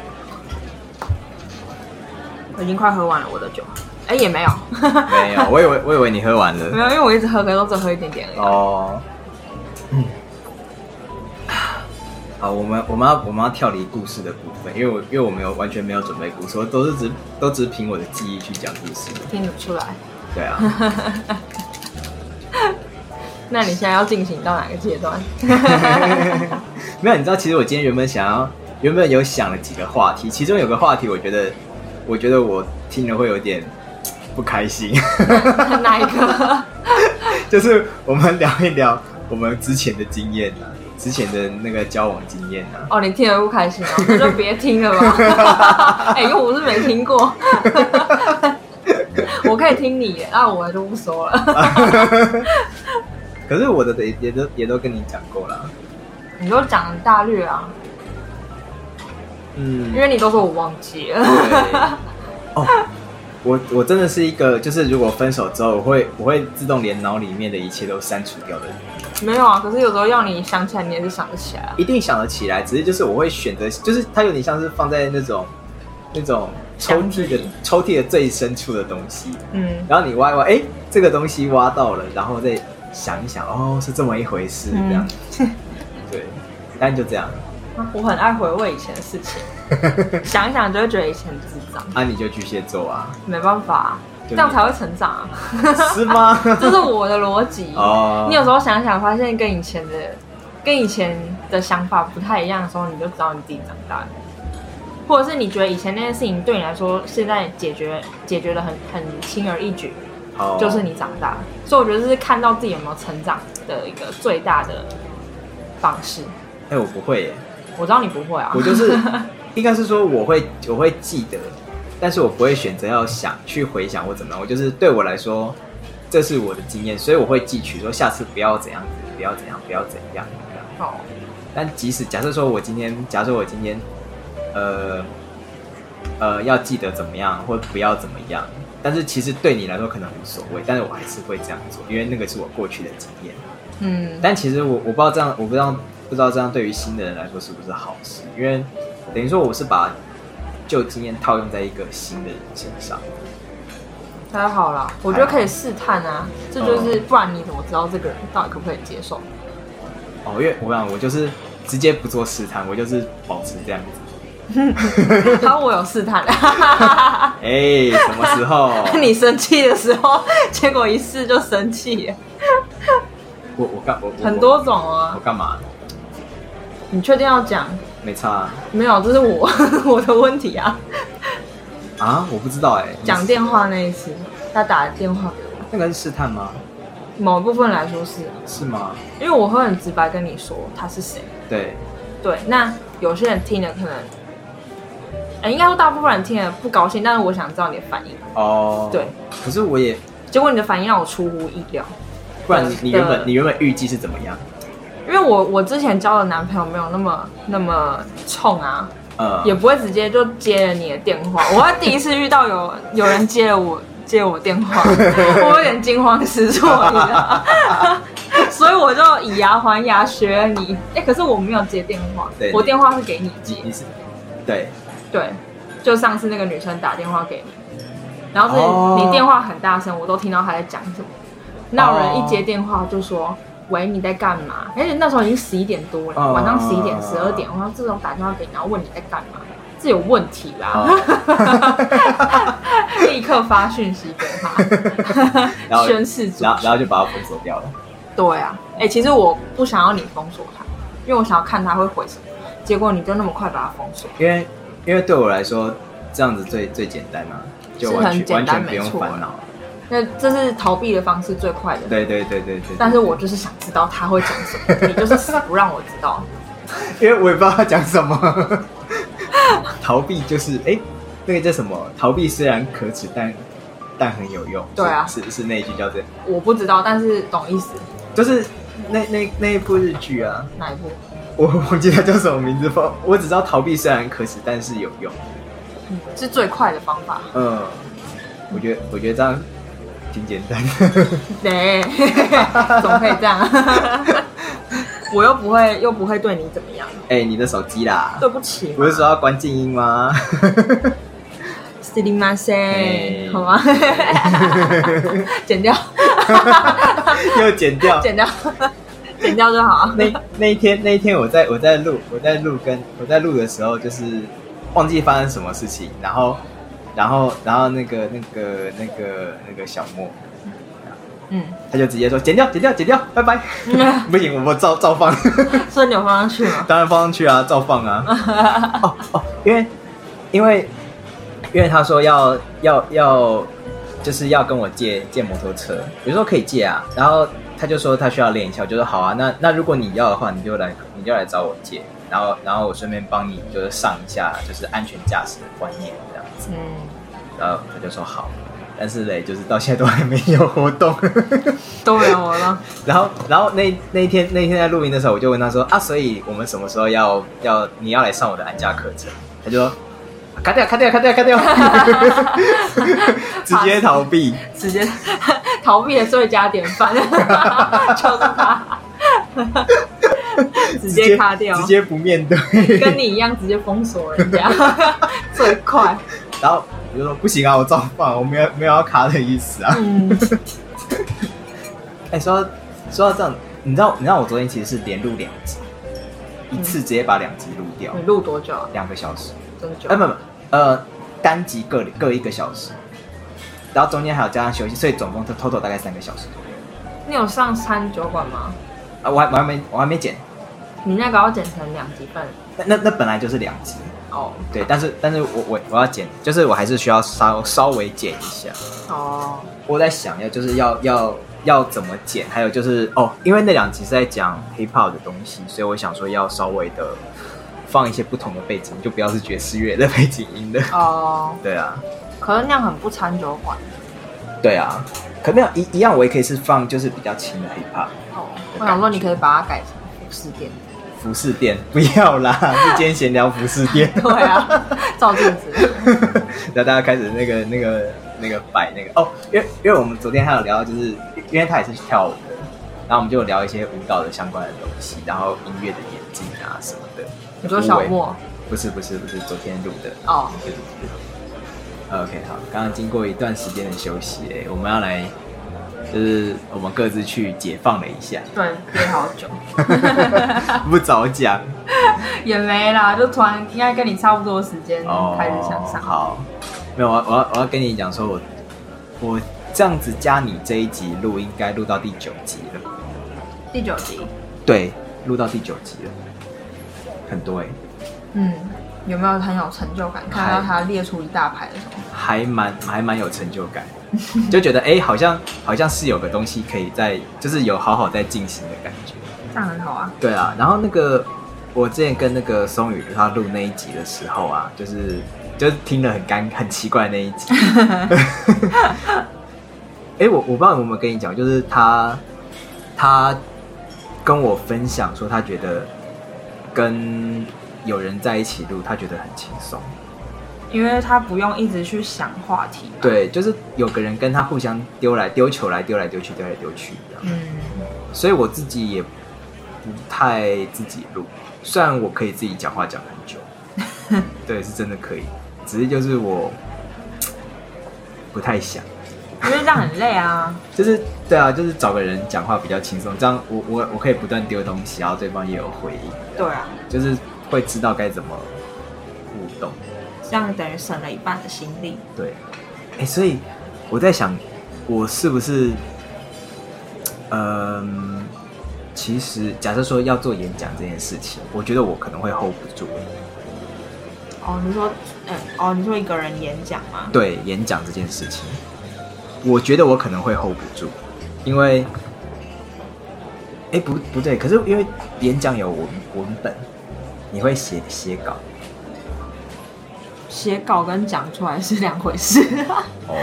我已经快喝完了我的酒，哎、欸、也没有， 没有，我以为我以为你喝完了， 没有，因为我一直喝，可是都只喝一点点而已。哦， 嗯，好，我们我们要我们要跳离故事的部分，因为我因为我没有完全没有准备故事，我都是只都只凭我的记忆去讲故事， 听得出来。 对啊。 那你现在要进行到哪个阶段？ 没有，你知道，其实我今天原本想要。原本有想了几个话题，其中有个话题，我觉得，我觉得我听了会有点不开心。 哪一个？ 就是我们聊一聊我们之前的经验啊，之前的那个交往经验啊。 哦，你听了不开心哦，那就别听了吧。哎、欸，因为我是没听过。我可以听你的，那我就不说了。 可是我的也也都也都跟你讲过了。 你都讲大略啊。嗯，因为你都说我忘记了。 哦，我我真的是一个，就是如果分手之后，我会我会自动连脑里面的一切都删除掉的人。 没有啊，可是有时候要你想起来，你也是想得起来、啊。 一定想得起来，只是就是我会选择，就是它有点像是放在那种那种抽屉的抽屉的最深处的东西。嗯，然后你挖一挖，哎、欸，这个东西挖到了，然后再想一想，哦，是这么一回事，这样。嗯、对，但就这样。 我很爱回味以前的事情，想一想就会觉得以前智障。 啊，你就巨蟹座啊， 没办法、啊，这样才会成长啊。 是吗？ 这是我的逻辑。哦，你有时候想想，发现跟以前的、跟以前的想法不太一样的时候，你就知道你自己长大了。或者是你觉得以前那件事情对你来说，现在解决解决的很很轻而易举，哦、就是你长大了。所以我觉得这是看到自己有没有成长的一个最大的方式。 哎、欸，我不会耶。 我知道你不会啊， 我就是应该是说我会我会记得，但是我不会选择要想去回想或怎么样。我就是对我来说， 这是我的经验，所以我会汲取说下次不要怎样，不要怎样，不要怎样。哦。但即使假设说我今天，假设我今天，呃呃，要记得怎么样，或不要怎么样，但是其实对你来说可能无所谓，但是我还是会这样做，因为那个是我过去的经验。嗯。但其实我我不知道这样，我不知道不知道这样对于新的人来说是不是好事，因为等于说我是把旧经验套用在一个新的人身上。 还好啦，我觉得可以试探啊，这就是、嗯、不然你怎么知道这个人到底可不可以接受？ 哦，因为我想我就是直接不做试探，我就是保持这样子。好，我有试探。 哎、欸，什么时候？ 你生气的时候，结果一试就生气。 我我干我很多种啊。 我干嘛？ 你确定要讲？ 没差、啊。 没有，这是我我的问题啊。 啊，我不知道哎、欸。 讲电话那一次，他打电话给我， 那个是试探吗？ 某部分来说是。 是吗？ 因为我会很直白跟你说他是谁。 对。 对，那有些人听了可能，哎、欸，应该说大部分人听了不高兴，但是我想知道你的反应。哦。对。 可是我也， 结果你的反应让我出乎意料。 不然你你原本你原本预计是怎么样？ 因为我我之前交的男朋友没有那么那么冲啊。呃、也不会直接就接了你的电话，我第一次遇到有有人接了我接我电话，我有点惊慌失措，你知道，所以我就以牙还牙学了你。哎、欸，可是我没有接电话，我电话是给你接， 你是对对，就上次那个女生打电话给你，然后是你电话很大声，我都听到她在讲什么。那有人一接电话就说。喂，你在干嘛？而且那时候已经十一点多了， uh, 晚上十一点、十二点，然后这种打电话给你，然后问你在干嘛，这有问题啦！ Uh. 立刻发讯息给他，宣示主权， 然后然后就把他封锁掉了。 对啊，哎、欸，其实我不想要你封锁他，因为我想要看他会回什么，结果你就那么快把他封锁。 因为因为对我来说，这样子最最简单啊，就完全完全不用烦恼。 那这是逃避的方式最快的。 对对对对 对, 对。 但是我就是想知道他会讲什么，你就是死不让我知道。 因为我也不知道他讲什么。逃避就是哎、欸，那个叫什么？逃避虽然可耻，但但很有用。 对啊， 是 是, 是那一句叫这。 我不知道，但是懂意思。 就是那那那一部日剧啊。 哪一部？ 我忘记它叫什么名字，我只知道逃避虽然可耻，但是有用。 嗯，是最快的方法。 嗯，我觉得我觉得这样。挺简单的， 对，怎么可以这样？我又不会，又不会对你怎么样。 哎、欸，你的手机啦！ 对不起， 不是说要关静音吗？ すみません，好吗？剪掉， 又剪掉， 剪掉，剪掉就好。 那那一天，那一天我在我在录，我在录跟我在录的时候，就是忘记发生什么事情，然后。然后，然后那个、那个、那个、那个小莫，嗯，他就直接说剪掉、剪掉、剪掉，拜拜。嗯、不行，我们照照放。 所以你有放上去吗？ 当然放上去啊，照放啊。哦哦，因为因为因为他说要要要，就是要跟我借借摩托车，我就说可以借啊。然后他就说他需要练一下，我就说好啊。那那如果你要的话，你就来你就来找我借。然后，然后我顺便帮你就是上一下就是安全驾驶的观念这样子，嗯，然后他就说好，但是嘞，就是到现在都还没有活动， 都没有活动。 然后，然后那那一天那一天在录音的时候，我就问他说啊，所以我们什么时候要要你要来上我的安驾课程？他就说卡掉卡掉卡掉卡掉，直接逃避， 直接逃避的最佳典范，就是他。直接卡掉， 直接不面对， 跟你一样直接封锁人家，最快。 然后我就说不行啊，我照放，我没有没有要卡的意思啊。嗯。哎、欸，说到说到这样，你知道你知道我昨天其实是连录两集，嗯、一次直接把两集录掉。 你录多久啊？ 两个小时。 真的久？ 哎、欸，不不，呃，单集各各一个小时，然后中间还有加上休息，所以总共 total 大概三个小时左右。 你有上餐酒馆吗？ 啊，我还我还没我还没剪。 你那个要剪成两集半？ 那那那本来就是两集哦。 对，但是但是我我我要剪，就是我还是需要稍稍微剪一下。哦。我在想要就是要要要怎么剪，还有就是哦，因为那两集是在讲 hip hop 的东西，所以我想说要稍微的放一些不同的背景，就不要是爵士乐的背景音的。哦。对啊。 可是那样很不餐酒馆。 对啊。 可没有一一样，我也可以是放就是比较轻的 hip hop。 哦，我想说你可以把它改成服饰店。 服饰店不要啦，是今天闲聊服饰店。 对啊，照镜子。 然后大家开始那个那个那个摆那个哦，因为因为我们昨天还有聊到，就是因为他也是跳舞的，然后我们就聊一些舞蹈的相关的东西，然后音乐的演进啊什么的。 你说小莫？ 不是不是不是，昨天录的哦。 对对对。OK， 好，刚刚经过一段时间的休息，哎，我们要来。就是我们各自去解放了一下， 对，憋好久， 不早讲， 也没啦，就突然应该跟你差不多时间开始想上。 哦、好，没有，我要我要我要跟你讲说我，我我这样子加你这一集录，应该录到第九集了。 第九集？ 对，录到第九集了，很多哎、欸。 嗯，有没有很有成就感？看到他列出一大排的时候， 还蛮还蛮有成就感。就觉得哎、欸，好像好像是有个东西可以在，就是有好好在进行的感觉， 这样很好啊。 对啊，然后那个我之前跟那个松宇他录那一集的时候啊，就是就是听了很干很奇怪的那一集。哎、欸，我我不知道有没有跟你讲，就是他他跟我分享说，他觉得跟有人在一起录，他觉得很轻松。 因为他不用一直去想话题， 对，就是有个人跟他互相丢来丢球来丢来丢去丢来丢去的，嗯，所以我自己也不太自己录，虽然我可以自己讲话讲很久，对，是真的可以，只是就是我不太想， 因为这样很累啊， 就是对啊，就是找个人讲话比较轻松，这样我我我可以不断丢东西，然后对方也有回应， 对啊， 就是会知道该怎么互动。 这样等于省了一半的心力。 对，哎、欸，所以我在想，我是不是，嗯、呃，其实假设说要做演讲这件事情，我觉得我可能会 hold 不住。 哦，你说，嗯，哦，你说一个人演讲吗？ 对，演讲这件事情，我觉得我可能会 hold 不住，因为，哎、欸，不不对，可是因为演讲有文文本，你会写写稿。 写稿跟讲出来是两回事。 哦，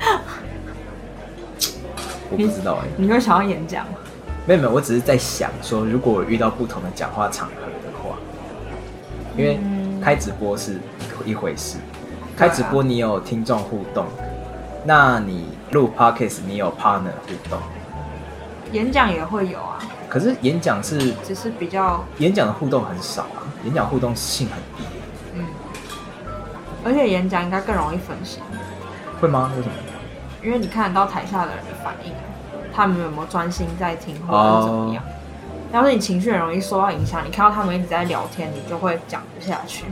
我不知道哎、欸。 你会想要演讲吗？ 没有没有，我只是在想说，如果我遇到不同的讲话场合的话，因为开直播是一回事，嗯、开直播你有听众互动，啊、那你录 podcast 你有 partner 互动， 演讲也会有啊。 可是演讲是只是比较演讲的互动很少啊，演讲互动性很低。 嗯。而且演讲应该更容易分心， 会吗？为什么？ 因为你看得到台下的人的反应，他们有没有专心在听，或者是怎么样。Oh. 要是你情绪很容易受到影响，你看到他们一直在聊天，你就会讲不下去。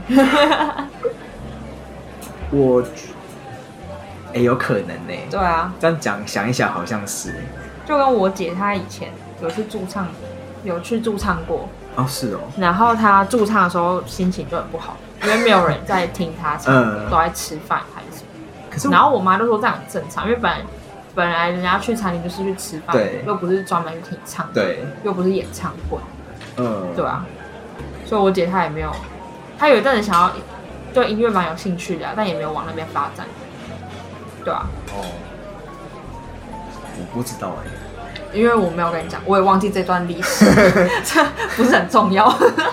我，哎、欸，有可能呢、欸。 对啊， 这样讲想一想，好像是。 就跟我姐她以前有去驻唱，有去驻唱过。 哦，是哦。 然后她驻唱的时候心情就很不好。因为没有人在听他唱，嗯、都在吃饭还是什么。可是，然后我妈就说这样很正常，因为本来本来人家去餐厅就是去吃饭，又不是专门去听唱， 对， 又不是演唱会， 嗯， 对啊。所以我姐她也没有，她有一阵子想要对音乐蛮有兴趣的、啊，但也没有往那边发展，对啊。 哦，我不知道哎、 欸，因为我没有跟你讲，我也忘记这段历史，这不是很重要。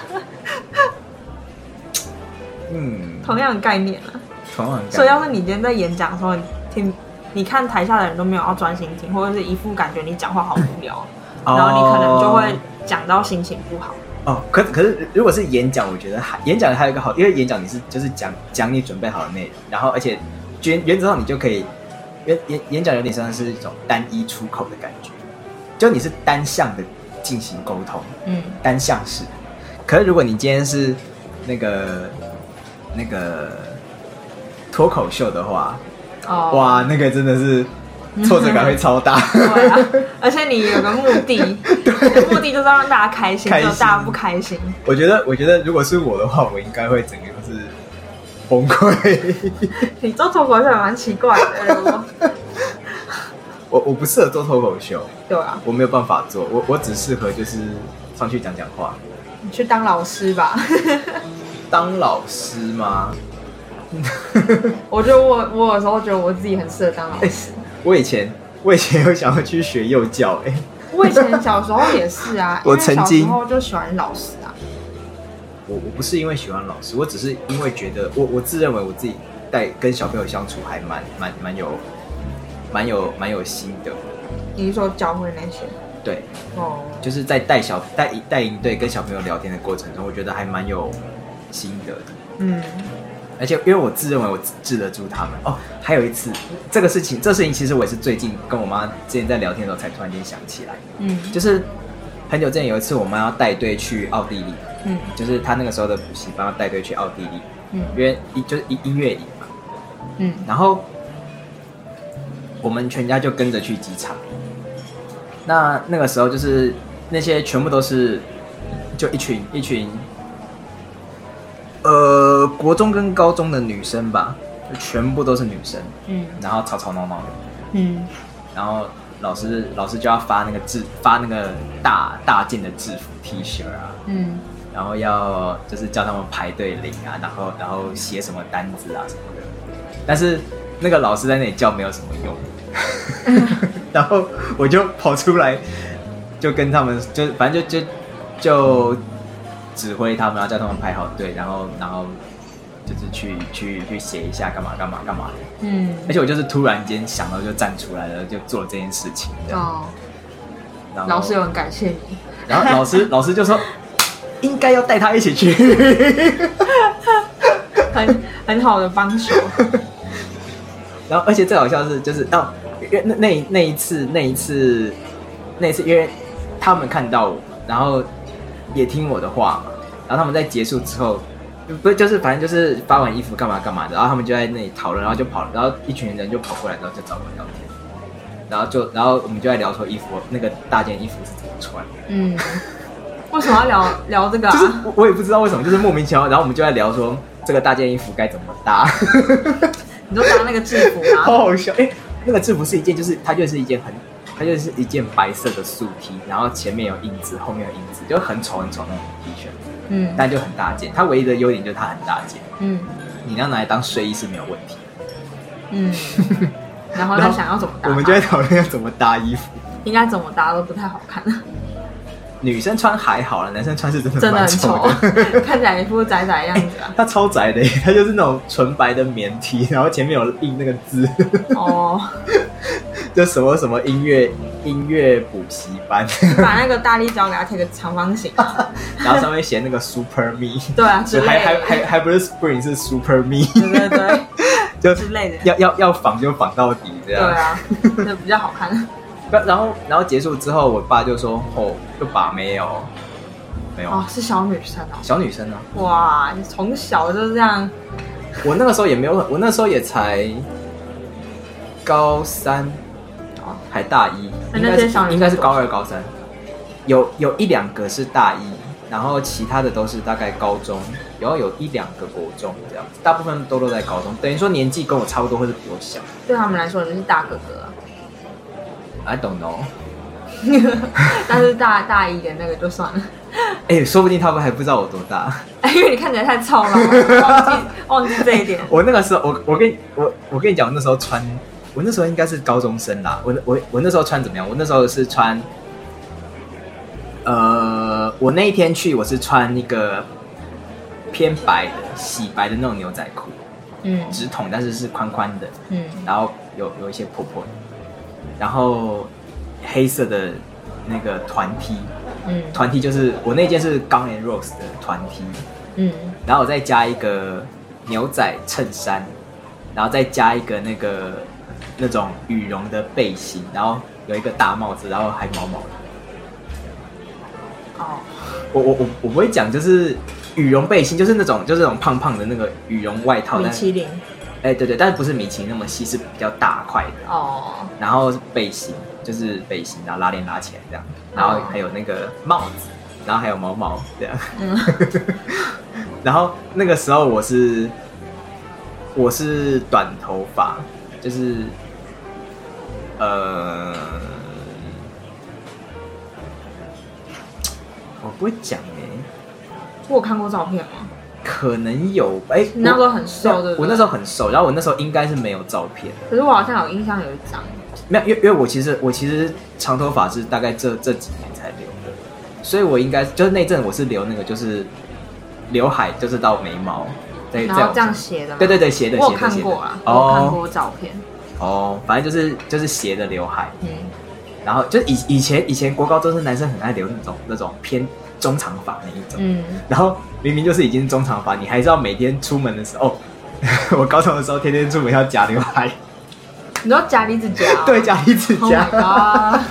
嗯， 同样的概念啊， 同样的概念。 所以要是你今天在演讲的时候，你听，你看台下的人都没有要专心听，或者是一副感觉你讲话好无聊，哦、然后你可能就会讲到心情不好。 哦，可可是如果是演讲，我觉得还演讲还有一个好，因为演讲你是就是讲讲你准备好的内容，然后而且原原则上你就可以，演演演讲有点像是一种单一出口的感觉，就你是单向的进行沟通，嗯，单向式。可是如果你今天是那个。那个脱口秀的话，哦，哇，那个真的是挫折感会超大。 对啊，而且你有个目的，目的就是要让大家开心，只有大家不开心。 我觉得，我觉得如果是我的话，我应该会整个就是崩溃。 你做脱口秀也蛮奇怪的， 我我不适合做脱口秀， 对啊， 我没有办法做，我我只适合就是上去讲讲话。 你去当老师吧。 当老师吗？ 我觉得我我有时候觉得我自己很适合当老师。欸、 我以前我以前有想要去学幼教、欸，哎， 我以前小时候也是啊， 我曾经小时候就喜欢老师啊。 我我不是因为喜欢老师，我只是因为觉得我我自认为我自己带跟小朋友相处还蛮蛮蛮有蛮有蛮有心得的。 你是说教会那些？ 对， 哦， 就是在带小带带营队跟小朋友聊天的过程中，我觉得还蛮有心得的。嗯，而且因为我自认为我治得住他们。哦，还有一次这个事情，这事情其实我也是最近跟我妈之前在聊天的时候才突然间想起来。嗯，就是很久之前有一次我妈要带队去奥地利。嗯，就是她那个时候的补习班要带队去奥地利。嗯，因为就是音乐营嘛。嗯，然后我们全家就跟着去机场。那那个时候就是那些全部都是就一群一群呃国中跟高中的女生吧，就全部都是女生。嗯，然后吵吵闹闹的。嗯，然后老师老师就要发那个制发那个大大件的制服 T 恤啊。嗯，然后要就是叫他们排队领啊，然后然后写什么单子啊什么的。但是那个老师在那里叫没有什么用。然后我就跑出来，就跟他们就反正就就就指挥他们，然后叫他们排好队，然后然后就是去去去写一下干嘛干嘛干嘛的。嗯，而且我就是突然间想到就站出来了，就做了这件事情。哦，然后老师有很感谢你， 然后老师老师就说应该要带他一起去， 很很好的帮手。 然后而且最好笑的是就是哦。因为那那那一次那一次那一次，因为他们看到我，然后也听我的话嘛，然后他们在结束之后，不是就是反正就是发完衣服干嘛干嘛的，然后他们就在那里讨论，然后就跑，然后一群人就跑过来，然后就找我聊天，然后就然后我们就在聊说衣服那个大件衣服是怎么穿。嗯， 为什么要聊聊这个啊？ 就是我也不知道为什么，就是莫名其妙，然后我们就在聊说这个大件衣服该怎么搭。 你说搭那个制服吗？ 好好笑，哎、欸。那个制服是一件，就是它就是一件很，它就是一件白色的素 T， 然后前面有印字，后面有印字，就很丑很丑那种 T 恤，嗯，但就很大件。它唯一的优点就是它很大件，嗯，你要拿来当睡衣是没有问题的， 嗯。然后他想要怎么搭， 我们就在讨论要怎么搭衣服， 应该怎么搭都不太好看。 女生穿还好了，男生穿是真的蛮丑的， 真的很丑，看起来一副宅宅样子啊。 他超宅的，他就是那种纯白的棉 T， 然后前面有印那个字，哦，就什么什么音乐音乐补习班， 把那个大力胶给他贴个长方形， 然后上面写那个 Super Me， 对啊，之类的， 还还还还不是 Spring 是 Super Me， 对对对， 就之类的， 要要要仿就仿到底这样， 对啊，这比较好看。 然后，然后结束之后，我爸就说：“哦，就把没有，没有哦，是小女生哦， 小女生啊， 哇，你从小就这样。” 我那个时候也没有，我那时候也才高三，哦，还大一，应该是应该是高二、高三，有有一两个是大一，然后其他的都是大概高中，然后有一两个国中这样子，大部分都都在高中，等于说年纪跟我差不多，或是比我小。 对他们来说，你是大哥哥啊。 I don't know 但是大大一的那个就算了。 哎、欸，说不定他们还不知道我多大。 因为你看起来太糙了，忘记忘记这一点。 我那个时候，我我跟我我跟你讲，我那时候穿，我那时候应该是高中生啦。我我我那时候穿怎么样？我那时候是穿，呃，我那一天去，我是穿一个偏白的、洗白的那种牛仔裤，嗯，直筒，但是是宽宽的，嗯，然后有有一些破破的。然后黑色的那个团 T， 嗯，团 T 就是我那件是 Guns N' Roses 的团 T， 嗯，然后我再加一个牛仔衬衫，然后再加一个那个那种羽绒的背心，然后有一个大帽子，然后还毛毛的。哦，我我我我不会讲，就是羽绒背心，就是那种就是那种胖胖的那个羽绒外套， 米其林。 哎、欸，对对，但是不是米其林那么细，是比较大块的哦。然后背心就是背心，然后拉链拉起来这样，然后还有那个帽子，然后还有毛毛这样。嗯。然后那个时候我是我是短头发，就是呃，我不会讲哎、欸。 我有看过照片吗？ 可能有，哎、欸， 你那时候很瘦对不对？ 我那时候很瘦，然后我那时候应该是没有照片。 可是我好像有印象有一张。 没有，因为因为我其实我其实长头发是大概这这几年才留的，所以我应该就是那阵我是留那个就是刘海就是到眉毛， 对，然后这样斜的吗？ 对对对，斜的斜的。 我有看过啊，我有看过照片。 哦，反正就是就是斜的刘海，嗯，然后就是以以前以前国高中生男生很爱留那种那种偏中长发那一种，嗯，然后明明就是已经中长发，你还是要每天出门的时候，哦、我高中的时候天天出门要夹刘海。 你说夹离子夹、哦？ 对，夹离子夹。 Oh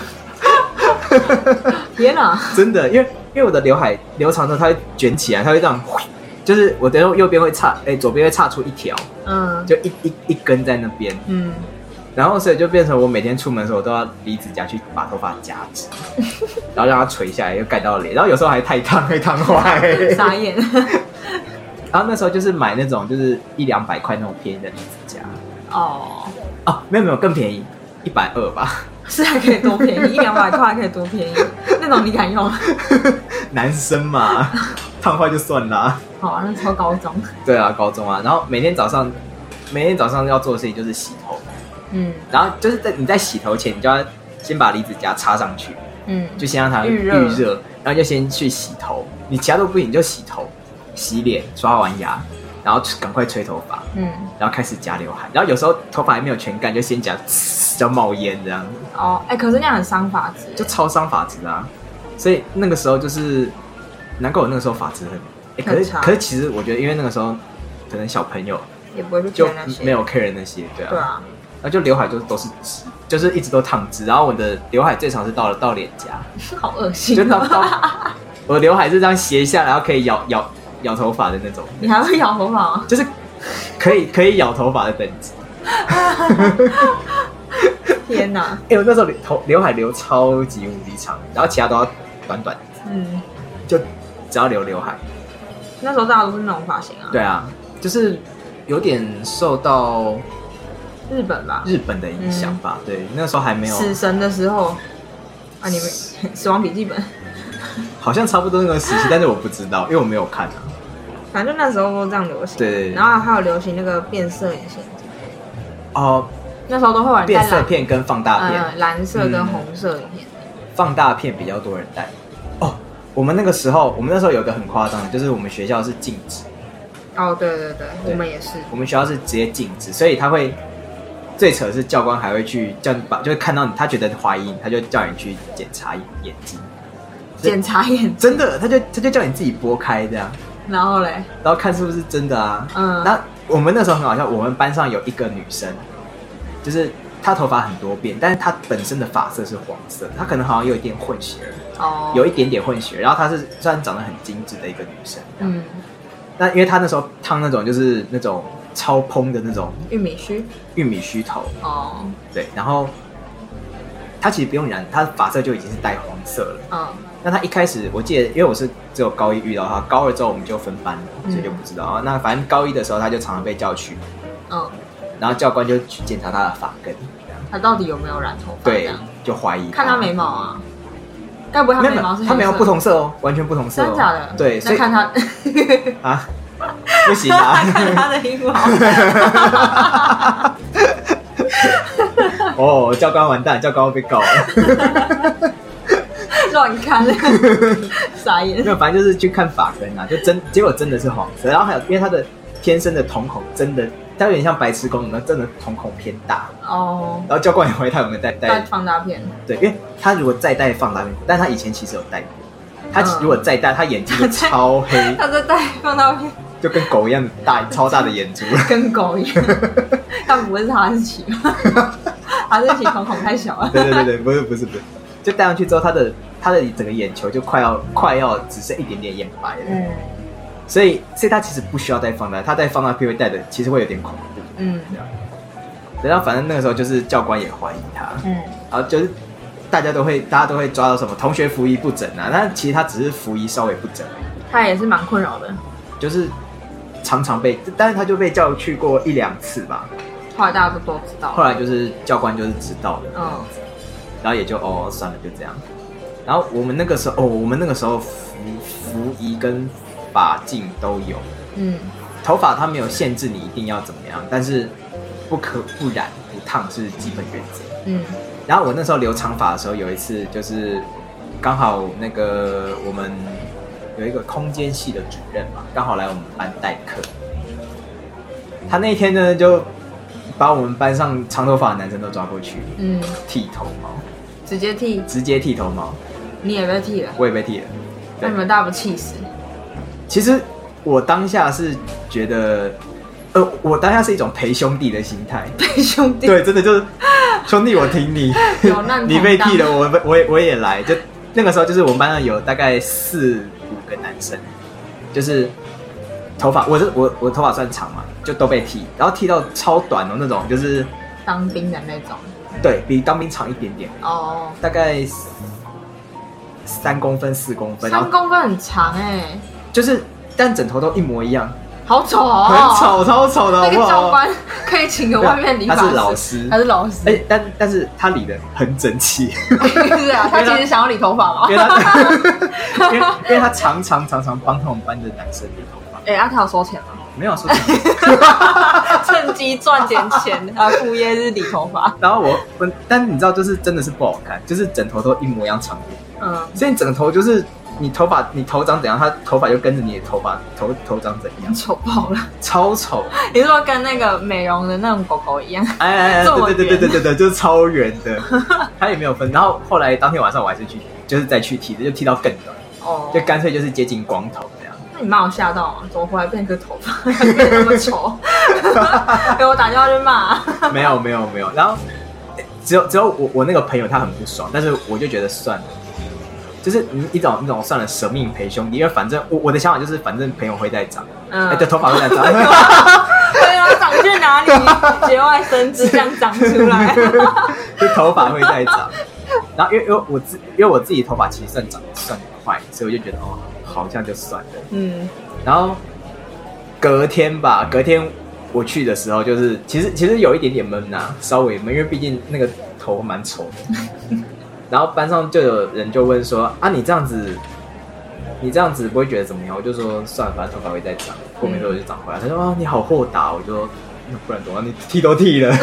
天哪！ 真的，因为因为我的刘海留长之后，它会卷起来，它会这样，就是我的右边会岔，哎、欸，左边会岔出一条，嗯，就一一一根在那边，嗯，然后所以就变成我每天出门的时候，我都要离子夹去把头发夹直，然后让它垂下来，又盖到脸，然后有时候还太烫，会烫坏， 傻眼。 然后那时候就是买那种就是一两百块那种便宜的离子夹，哦。哦，没有没有，更便宜，一百二吧。 是还可以多便宜，一两百块还可以多便宜，那种你敢用？ 男生嘛，烫坏就算啦。 好啊，那超高中。 对啊，高中啊，然后每天早上，每天早上要做的事情就是洗头。嗯，然后就是在你在洗头前，你就要先把离子夹插上去。嗯，就先让它预热，预热，然后就先去洗头。你其他都不行，你就洗头、洗脸、刷完牙。然后赶快吹头发，嗯，然后开始夹刘海，然后有时候头发还没有全干，就先夹，就冒烟这样。 哦，哎、欸，可是那样很伤发质， 就超伤发质啊！所以那个时候就是，难怪我那个时候发质很，哎、欸，可是可是其实我觉得，因为那个时候可能小朋友也不会去就没有 care 那些，对啊，对啊，然后就刘海就都是直，就是一直都烫直，然后我的刘海最长是到了到脸颊， 好恶心、 哦，就到到我的刘海是这样斜下，然后可以咬咬。咬头发的那种， 你还会咬头发吗？ 就是可以可以咬头发的等级。 天哪！ 哎、欸，我那时候头刘海留超级无敌长，然后其他都要短短，嗯，就只要留刘海。 那时候大家都是那种发型啊。 对啊，就是有点受到日本吧， 日本的影响吧。嗯、对，那时候还没有死神的时候啊，你们死亡笔记本。 好像差不多那个时期，但是我不知道，因为我没有看啊。 反正那时候都这样流行， 对, 对, 对， 然后还有流行那个变色眼线。 哦， 那时候都会有人戴变色片跟放大片， 嗯、蓝色跟红色眼片、嗯。 放大片比较多人戴。哦，我们那个时候，我们那时候有个很夸张的，就是我们学校是禁止。 哦，对对 对, 对，我们也是。 我们学校是直接禁止，所以他会最扯的是教官还会去叫你把，就是看到你他觉得怀疑，他就叫你去检查眼睛。 检查眼睛， 真的，他就他就叫你自己拨开这样， 然后嘞， 然后看是不是真的啊。嗯，那我们那时候很好笑，我们班上有一个女生，就是她头发很多变，但是她本身的发色是黄色，她可能好像有一点混血，哦，有一点点混血，然后她是虽然长得很精致的一个女生，嗯，那因为她那时候烫那种就是那种超蓬的那种玉米须， 玉米须头，哦，对，然后她其实不用染，她的发色就已经是带黄色了，嗯。那他一开始我记得，因为我是只有高一遇到他，高二之后我们就分班了，所以就不知道。嗯、那反正高一的时候他就常常被叫去，嗯，然后教官就去检查他的发根， 他到底有没有染头发？ 对，就怀疑他看他眉毛啊，该不会他眉毛是黑色？ 他眉毛不同色哦，完全不同色、哦， 真的假的？ 对，所以看他啊，不行啊， 看他的阴毛。 哦，教官完蛋，教官会被告了。 乱看，傻眼。 没有，反正就是去看发根啊，就真结果真的是黄色，然后还有因为他的天生的瞳孔真的，他有点像白痴公主，那真的瞳孔偏大哦。然后教官也怀疑他有没有戴戴放大片， 对，因为他如果再戴放大片，但他以前其实有戴过，他如果再戴，他眼睛就超黑。 他在戴放大片， 就跟狗一样的大，超大的眼珠， 跟狗一样。但不会是哈士奇吗？哈士奇瞳孔太小了。 对对对对，不是不是不是，就戴上去之后，他的。他的整个眼球就快要快要只剩一点点眼白了，嗯，所以所以他其实不需要戴放大，他戴放大片会戴的其实会有点恐怖，嗯，这样。然后反正那个时候就是教官也怀疑他，嗯，然后就是大家都会大家都会抓到什么同学服仪不整啊，但其实他只是服仪稍微不整， 他也是蛮困扰的， 就是常常被，但是他就被叫去过一两次吧， 后来大家都都知道， 后来就是教官就是知道了，嗯，然后也就哦算了就这样。然后我们那个时候，哦，我们那个时候服服仪跟发镜都有， 嗯，头发它没有限制你一定要怎么样，但是不可不染不烫是基本原则。嗯，然后我那时候留长发的时候，有一次就是刚好那个我们有一个空间系的主任嘛，刚好来我们班代课。他那天呢就把我们班上长头发的男生都抓过去，嗯，剃头毛， 直接剃， 直接剃头毛。 你也被剃了？ 我也被剃了。 那你们大家不气死？ 其实我当下是觉得，呃，我当下是一种陪兄弟的心态。 陪兄弟？ 对，真的就是兄弟，我挺你。 有难同当。 你被剃了，我我也我也来。就那个时候，就是我们班上有大概四五个男生，就是头发，我是我我头发算长嘛，就都被剃，然后剃到超短哦，那种就是当兵的那种。 对，比当兵长一点点哦，大概三公分、四公分。 三公分很长哎、欸， 就是，但枕头都一模一样， 好丑哦， 很丑，超丑的好不好。 那个教官可以请个外面理发师， 他是老师， 他是老师， 哎、欸，但但是他理的很整齐。 是啊，他其实想要理头发嘛， 因为他因为因为他常常常常帮他们班的男生理头发。 哎、欸，阿、啊、他有收钱吗？ 没有收钱， 趁机赚点钱啊！副业是理头发。 然后我，我但你知道，就是真的是不好看，就是枕头都一模一样长度。嗯，所以你枕头就是你头发，你头长怎样，他头发就跟着你的头发头头长怎样， 丑爆了， 超丑。 你是说跟那个美容的那种狗狗一样？ 哎哎哎，对对对对对对对，就是超圆的，他也没有分。然后后来当天晚上我还是去，就是再去剃的，就剃到更短，哦，就干脆就是接近光头。 你妈有吓到吗？怎么回来变个头发，变那么丑？给我打电话去骂。 没有没有没有，然后只有只有我我那个朋友他很不爽，但是我就觉得算了，就是一种一种算了，舍命陪兄弟，因为反正我我的想法就是反正朋友会再长，嗯，哎、欸，对，头发会再长， 对啊，长去哪里？节外生枝这样长出来， 就头发会再长。然后因为因为我自因为我自己头发其实算长算快，所以我就觉得哦。好像就算了，嗯，然后隔天吧，隔天我去的时候，就是其实其实有一点点闷呐，稍微闷，因为毕竟那个头蛮丑的。然后班上就有人就问说：“啊，你这样子，你这样子不会觉得怎么样？”我就说：“算了，反正头发会再长，过没多久就长回来。”他说：“啊，你好豁达。”我就说：“那不然怎么样？你剃都剃了。”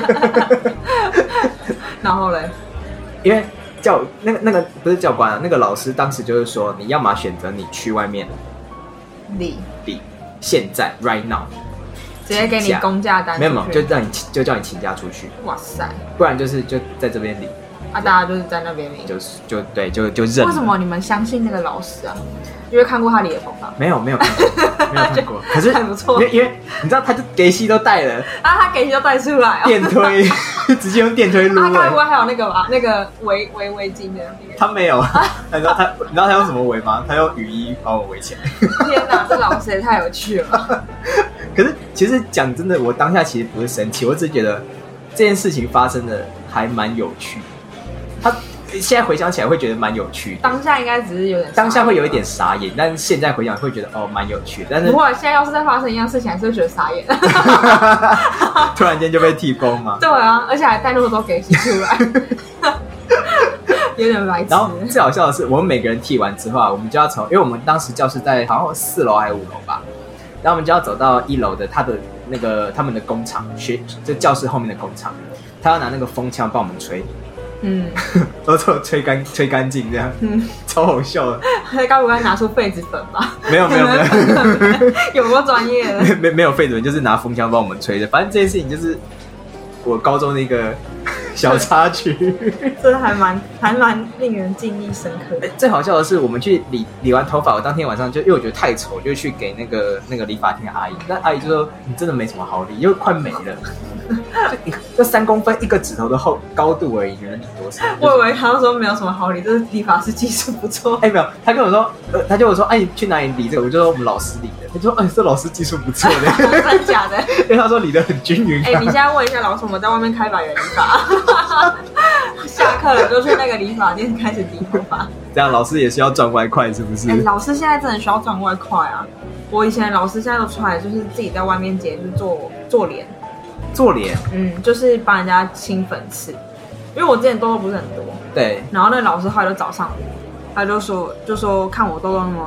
然后嘞， 因为。教那个那个不是教官啊，那个老师当时就是说，你要么选择你去外面理理，现在 right now， 直接给你公假单， 没有没有，就让你就叫你请假出去。 哇塞， 不然就是就在这边理。 啊，大家就是在那边理， 就是就对就就认。 为什么你们相信那个老师啊？因为看过他理的头发？ 没有没有看过，没有看过。可是还不错， 因为因为你知道，他就给息都带了啊，他给息都带出来哦， 电推直接用电推撸。 他该不会还有那个吧？那个围围围巾的那个？ 他没有，你知道他你知道他用什么围吗？他用雨衣把我围起来。 天哪，这老师也太有趣了。 可是其实讲真的，我当下其实不是生气，我只是觉得这件事情发生的还蛮有趣。他现在回想起来会觉得蛮有趣的， 当下应该只是有点， 当下会有一点傻眼，但是现在回想会觉得哦蛮有趣的。但是不会，现在要是再发生一样事情，还是会觉得傻眼。 突然间就被剃光嘛？ 对啊，而且还带那么多给息出来，有点白痴。 然后最好笑的是，我们每个人剃完之后啊，我们就要从，因为我们当时教室在好像四楼还是五楼吧，然后我们就要走到一楼的他的那个他们的工厂，学就教室后面的工厂，他要拿那个风枪帮我们吹。嗯，都都吹干吹干净这样，嗯，超好笑的。 他该不会拿出痱子粉吧？ 没有没有没有， 有多专业的？ 没没没有痱子粉，就是拿风枪帮我们吹的。反正这件事情就是我高中的一个小插曲， 这还蛮还蛮令人记忆深刻的。 欸、最好笑的是，我们去理理完头发，我当天晚上就因为我觉得太丑，我就去给那个那个理发厅的阿姨，那阿姨就说你真的没什么好理，因为快没了。就就三公分一个指头的厚高度而已，你能理多少？ 我以为他说没有什么好理，这是理发师技术不错。 哎、欸，没有，他跟我说，呃，他就我说，哎、啊，你去哪里理这个？我就说我们老师理的。他就说，哎、啊，这老师技术不错的， 真的假的？ 因为他说理得很均匀、啊。 哎、欸，你现在问一下老师，我们在外面开百元理发，下课了就去那个理发店开始理头发。 这样老师也需要赚外快，是不是？ 哎、欸，老师现在真的需要赚外快啊！我以前老师现在都出来，就是自己在外面接，就是做做脸。 做脸， 嗯，就是帮人家清粉刺，因为我之前痘痘不是很多， 对， 然后那个老师后来就找上我，他就说就说看我痘痘那么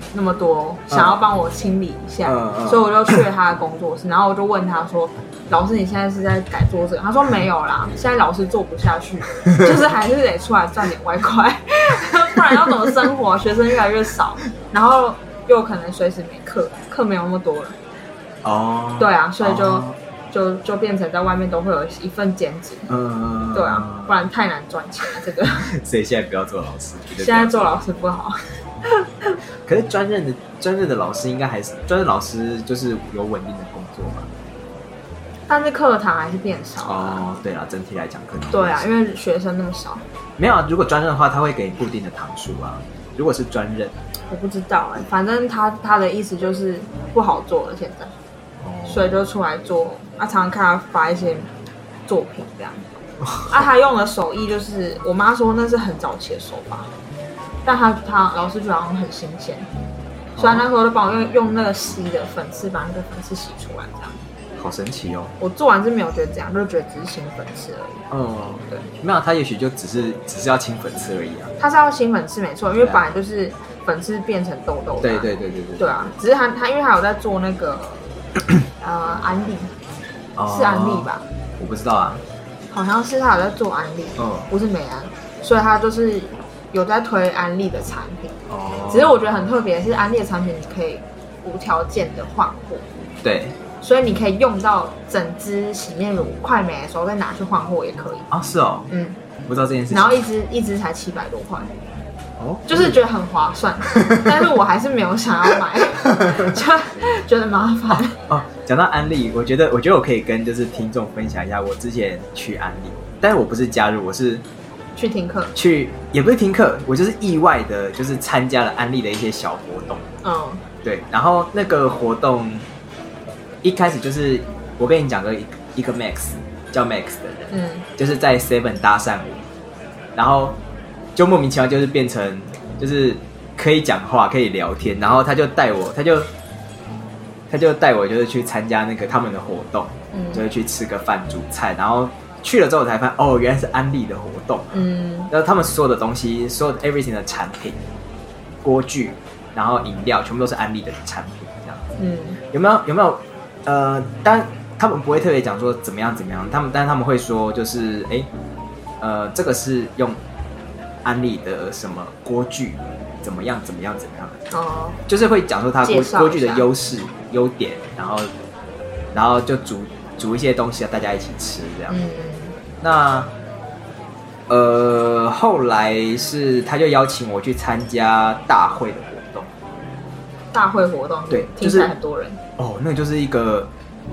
那么多，想要帮我清理一下，嗯嗯、所以我就去了他的工作室，然后我就问他说：“老师，你现在是在改做这个？”他说：“没有啦，现在老师做不下去，就是还是得出来赚点外快，不然要怎么生活？学生越来越少，然后又可能随时没课，课没有那么多了。”哦，对啊，所以就。哦就就变成在外面都会有一份兼职，嗯，对啊，不然太难赚钱了。这个， 所以现在不要做老师。 现在做老师不好。 可是专任的专任的老师应该还是专任老师，就是有稳定的工作吧？ 但是课堂还是变少哦。对啊，整体来讲课堂对啊，因为学生那么少。 没有啊，如果专任的话，他会给你固定的堂数啊。如果是专任， 我不知道哎、欸，反正他他的意思就是不好做了，现在。所以就出来做，啊，常常看他发一些作品这样，啊，他用的手艺就是我妈说那是很早期的手法，但他他老师觉得好像很新鲜，所以他那时候就帮我用用那个吸的粉刺把那个粉刺洗出来这样， 好神奇哦！ 我做完是没有觉得这样，就觉得只是清粉刺而已。 哦， 对， 没有，他也许就只是只是要清粉刺而已啊。 他是要清粉刺没错，因为本来就是粉刺变成痘痘的、啊。 对对对对对。 对啊，只是他他因为他有在做那个。呃，安利、哦、是安利吧？ 我不知道啊， 好像是他有在做安利，哦、不是美安，所以他就是有在推安利的产品。哦，只是我觉得很特别，是安利的产品你可以无条件的换货， 对， 所以你可以用到整支洗面乳快没的时候再拿去换货也可以。 啊，是哦，嗯，不知道这件事情。 然后一支一支才七百多块。哦、就是觉得很划算，但是我还是没有想要买，就觉得麻烦。 哦，讲到安利，我觉得我觉得我可以跟就是听众分享一下我之前去安利，但是我不是加入，我是去听课， 去也不是听课，我就是意外的，就是参加了安利的一些小活动。嗯，对，然后那个活动一开始就是我跟你讲个一个 Max 叫 Max 的人，嗯，就是在 Seven 搭讪我，然后。就莫名其妙就是变成就是可以讲话可以聊天，然后他就带我他就他就带我就是去参加那个他们的活动，嗯，就是去吃个饭煮菜，然后去了之后我才发现哦原来是安利的活动，嗯，然后他们所有的东西所有的 everything 的产品锅具然后饮料全部都是安利的产品这样子，嗯，有没有有没有呃当然他们不会特别讲说怎么样怎么样，他们但是他们会说就是哎呃这个是用安利的什么锅具怎么样怎么样怎么样哦，就是会讲说它锅锅具的优势优点，然后然后就煮煮一些东西大家一起吃这样。嗯，那呃后来是他就邀请我去参加大会的活动。 大会活动对，听起来很多人、就是、 哦，那就是一个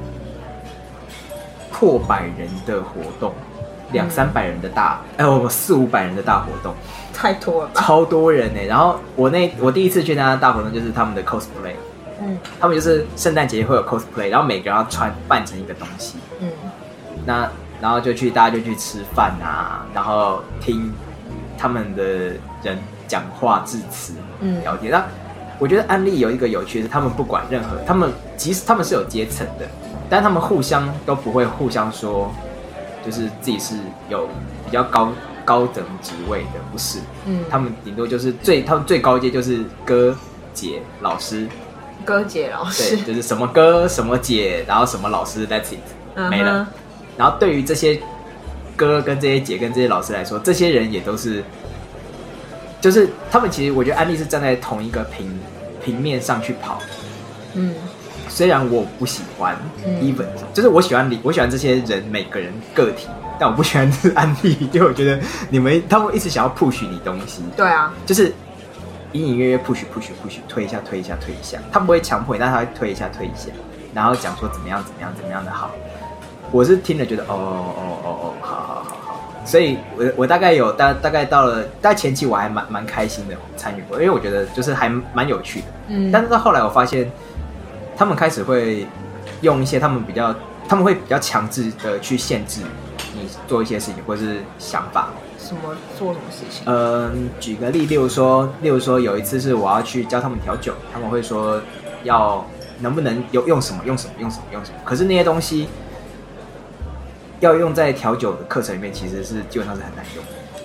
破百人的活动。两三百人的大，哎、呃，我四五百人的大活动， 太多了吧？ 超多人呢、欸。然后我那我第一次去参加大活动就是他们的 cosplay， 嗯，他们就是圣诞节会有 cosplay， 然后每个人要穿扮成一个东西，嗯，那然后就去大家就去吃饭啊，然后听他们的人讲话致辞，嗯，聊天。那我觉得安利有一个有趣的是，他们不管任何，他们即使他们是有阶层的，但他们互相都不会互相说。就是自己是有比较高高等职位的，不是，嗯，他们顶多就是最他们最高阶就是哥姐老师， 哥姐老师， 对，就是什么哥什么姐，然后什么老师 ，that's it，、uh-huh. 没了。然后对于这些哥跟这些姐跟这些老师来说，这些人也都是，就是他们其实我觉得安利是站在同一个平平面上去跑，嗯。虽然我不喜欢 even、嗯、就是我喜欢我喜欢这些人每个人个体，但我不喜欢是安利，因为我觉得你们他们一直想要 push 你东西， 对啊， 就是隐隐约约 push push push 推一下推一下推一下，他不会强迫你，但他会推一下推一下，然后讲说怎么样怎么样怎么样的好。我是听了觉得哦哦哦哦好好好好，所以我我大概有大大概到了大概前期我还蛮蛮开心的参与过，因为我觉得就是还蛮有趣的，嗯，但是到后来我发现。他们开始会用一些他们比较，他们会比较强制的去限制你做一些事情或是想法。 什么做什么事情？ 嗯，举个例，例如说，例如说有一次是我要去教他们调酒，他们会说要能不能用用什么用什么用什么用什么，可是那些东西要用在调酒的课程里面，其实是基本上是很难用的。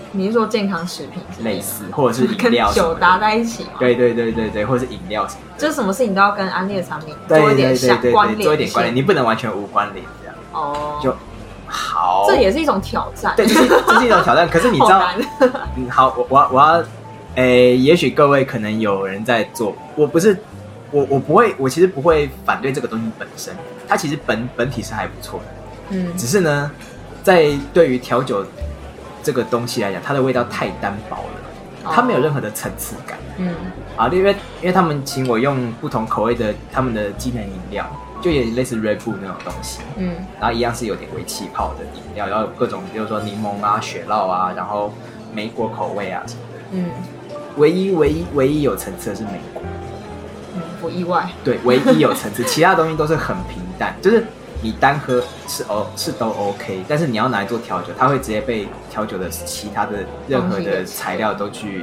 你是说健康食品类似，或者是饮料跟酒搭在一起吗？ 对对对对对，或者是饮料什么的， 就是什么事情都要跟安利的产品做一点相关联， 做一点关联，你不能完全无关联这样。 哦， 就好， 这也是一种挑战。 对，这是这是一种挑战。可是你知道，嗯，好，我我我要，诶，也许各位可能有人在做，我不是，我我不会，我其实不会反对这个东西本身，它其实本本体是还不错的，嗯，只是呢，在对于调酒这个东西来讲，它的味道太单薄了，它没有任何的层次感，嗯，啊，因为因为他们请我用不同口味的他们的机能饮料。就也类似 Red Bull 那种东西，嗯，然后一样是有点微气泡的饮料，然后各种比如说柠檬啊、雪酪啊，然后莓果口味啊什么的，嗯，唯一唯一唯一有层次的是莓果， 嗯，不意外， 对，唯一有层次，其他东西都是很平淡，就是你单喝是哦是都 OK， 但是你要拿来做调酒，它会直接被调酒的其他的任何的材料都去，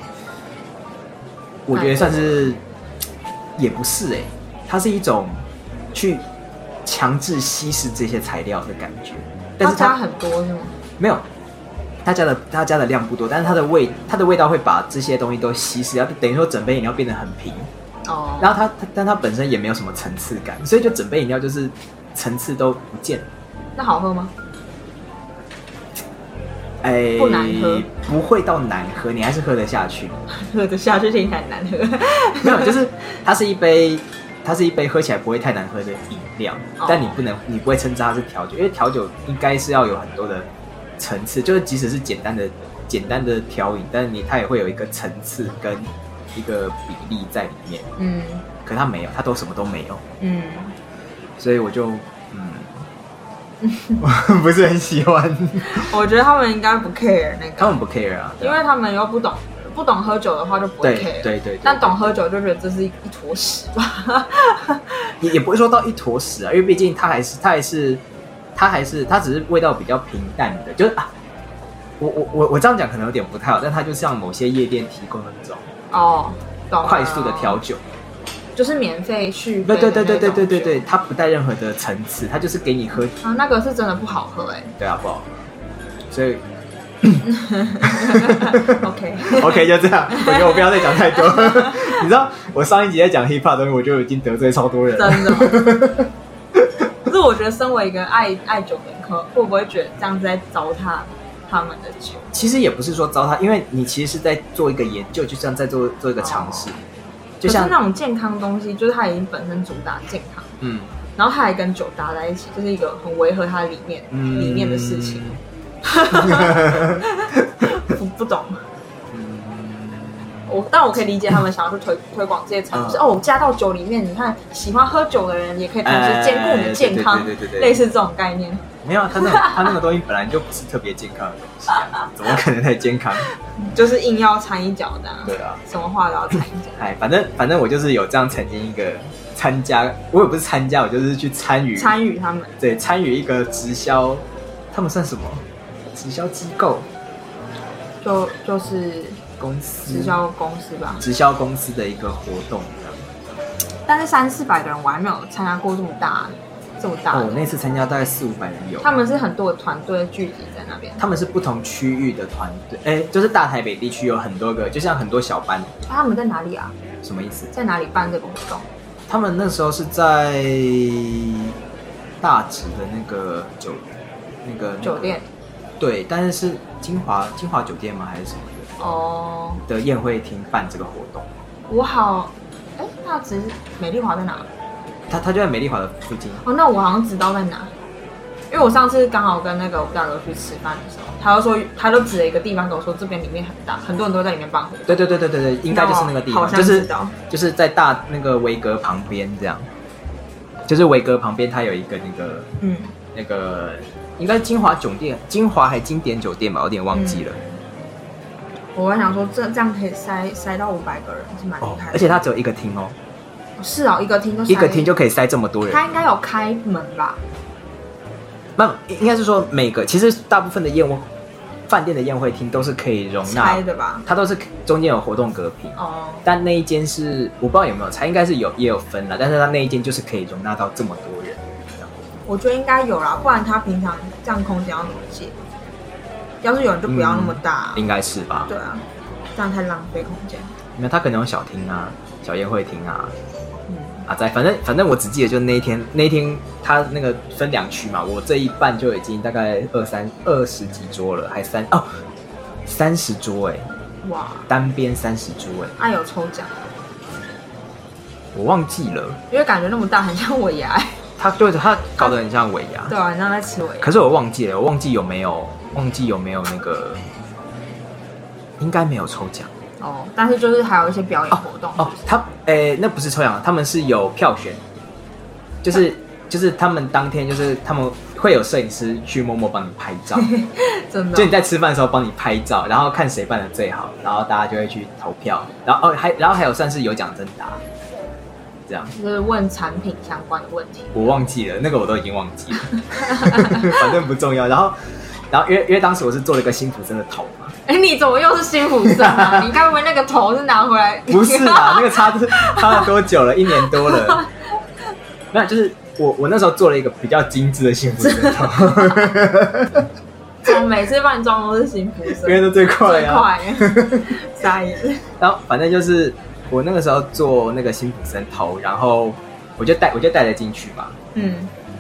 我觉得算是也不是哎、欸，它是一种。去强制稀释这些材料的感觉，但是它, 它加很多是吗？ 没有，它加的它加的量不多，但是它的味它的味道会把这些东西都稀释，要等于说整杯饮料变得很平哦。然后它它但它本身也没有什么层次感，所以就整杯饮料就是层次都不见了。 那好喝吗？ 哎， 不难喝， 不会到难喝，你还是喝得下去。 喝得下去听起来难喝。 没有，就是它是一杯。它是一杯喝起来不会太难喝的饮料，哦、但你不能，你不会称之它是调酒，因为调酒应该是要有很多的层次，就是即使是简单的简单的调饮，但是你它也会有一个层次跟一个比例在里面。嗯，可它没有，它都什么都没有。嗯，所以我就嗯，不是很喜欢。 我觉得他们应该不 care 那个， 他们不 care 啊， 因为他们又不懂。不懂喝酒的话就不会 care， 对 对, 对, 对， 但懂喝酒就觉得这是一坨屎吧。 也也不会说到一坨屎啊，因为毕竟它还是它还是它还是它只是味道比较平淡的，就是啊，我我我我这样讲可能有点不太好，但它就像某些夜店提供的那种哦，快速的调酒， 就是免费续费，对对对对对对对对，它不带任何的层次，它就是给你喝啊，那个是真的不好喝哎、欸， 对啊，不好喝，所以。 OK OK 就这样，我觉得我不要再讲太多。你知道我上一集在讲 hip hop 的东西，我就已经得罪超多人了， 真的。可是我觉得，身为一个爱爱酒的人，会不会觉得这样子在糟蹋他们的酒？ 其实也不是说糟蹋，因为你其实是在做一个研究，就像在做做一个尝试。哦、 就像那种健康东西，就是它已经本身主打健康，嗯，然后它还跟酒搭在一起，就是一个很违和它里面、嗯、里面的事情。不不懂，我但我可以理解他们想要去推推广这些产品，嗯、哦，加到酒里面，你看喜欢喝酒的人也可以同时兼顾你的健康，对对对对，类似这种概念。 没有，他那他那个东西本来就不是特别健康的东西、啊，怎么可能太健康？ 就是硬要掺一脚的、啊， 对啊， 什么话都要掺一脚。 哎，反正反正我就是有这样曾经一个参加，我也不是参加，我就是去参与参与他们， 对，参与一个直销，他们算什么？直销机构， 就就是公司， 直销公司吧， 直销公司的一个活动这样。 但是三四百个人，我还没有参加过这么大这么大的。 哦，我那次参加大概四五百人有。 他们是很多的团队聚集在那边。 他们是不同区域的团队，哎，就是大台北地区有很多个，就像很多小班。 啊、他们在哪里啊？ 什么意思？ 在哪里办这个活动？ 他们那时候是在大直的那个酒，那个、那个、 酒店。 对，但是是金华金华酒店吗？还是什么的？哦，的宴会厅办这个活动。 我好，哎，大直美丽华在哪？ 他他就在美丽华的附近。 哦，那我好像知道在哪，因为我上次刚好跟那个吴大哥去吃饭的时候，他就说，他就指了一个地方跟我说，这边里面很大，很多人都在里面办活动。 对对对对对对，应该就是那个地方，就是就是在大那个维格旁边这样，就是维格旁边，它有一个那个嗯那个。应该金华酒店，金华还经典酒店吧，我有点忘记了。 嗯、我还想说，这这样可以塞塞到五百个人，是蛮厉害的、哦。 而且它只有一个厅哦。 是哦，一个厅就塞一个厅就可以塞这么多人。 它应该有开门吧？ 那应该是说每个，其实大部分的宴会饭店的宴会厅都是可以容纳拆的吧？ 它都是中间有活动隔屏哦。但那一间是我不知道有没有拆，应该是有也有分了，但是它那一间就是可以容纳到这么多人。 我觉得应该有啦，不然他平常这样空间要怎么借？ 要是有人就不要那么大、 嗯，应该是吧？ 对啊，这样太浪费空间。 没有，他可能有小厅啊，小宴会厅啊。嗯，啊，在反正反正我只记得就那一天，那一天他那个分两区嘛，我这一半就已经大概二三二十几桌了，还三哦三十桌哎、欸，哇，单边三十桌哎、 欸，啊有抽奖。 我忘记了， 因为感觉那么大，很像尾牙、欸。 他对他搞得很像尾牙， 对啊，很像在吃尾牙。 可是我忘记了，我忘记有没有，忘记有没有那个，应该没有抽奖哦。但是就是还有一些表演活动。哦， 哦他诶，那不是抽奖，他们是有票选，就是、嗯、就是他们当天就是他们会有摄影师去默默帮你拍照， 真的、哦。 就你在吃饭的时候帮你拍照，然后看谁办的最好，然后大家就会去投票，然后哦还然后还有算是有奖征答。这样就是问产品相关的问题， 我忘记了，那个我都已经忘记了，反正不重要。然后，然后因为因为当时我是做了一个辛普森的头嘛， 哎、欸，你怎么又是辛普森啊？你该不会那个头是拿回来？ 不是啊，那个差差了多久了？一年多了。没有，就是我我那时候做了一个比较精致的辛普森头。 我每次帮你装都是辛普森， 因为都最快啊， 最快，傻眼。 然后反正就是。我那个时候做那个辛普森头，然后我就带我就带了进去嘛，嗯，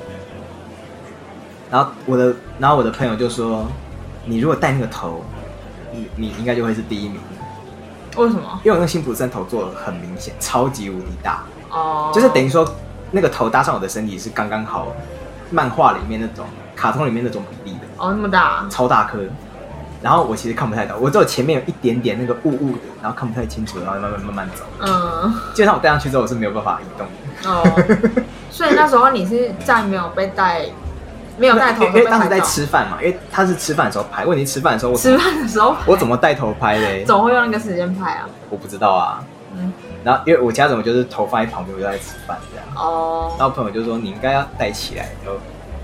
然后我的然后我的朋友就说，你如果戴那个头，你你应该就会是第一名。 为什么？ 因为我那个辛普森头做的很明显，超级无敌大，哦，就是等于说那个头搭上我的身体是刚刚好，漫画里面那种、卡通里面那种比例的， 哦，那么大， 超大颗。然后我其实看不太到，我只有前面有一点点那个雾雾的，然后看不太清楚，然后慢慢慢慢走。嗯，基本上我戴上去之后我是没有办法移动的。 哦，所以那时候你是在没有被戴，没有戴头， 因为当时在吃饭嘛，因为他是吃饭的时候拍。问题吃饭的时候我， 吃饭的时候我怎么带头拍嘞？ 总会用那个时间拍啊？ 我不知道啊。嗯，然后因为我家人我就是头放在旁边，我就在吃饭这样。哦，然后朋友就说你应该要戴起来，然后。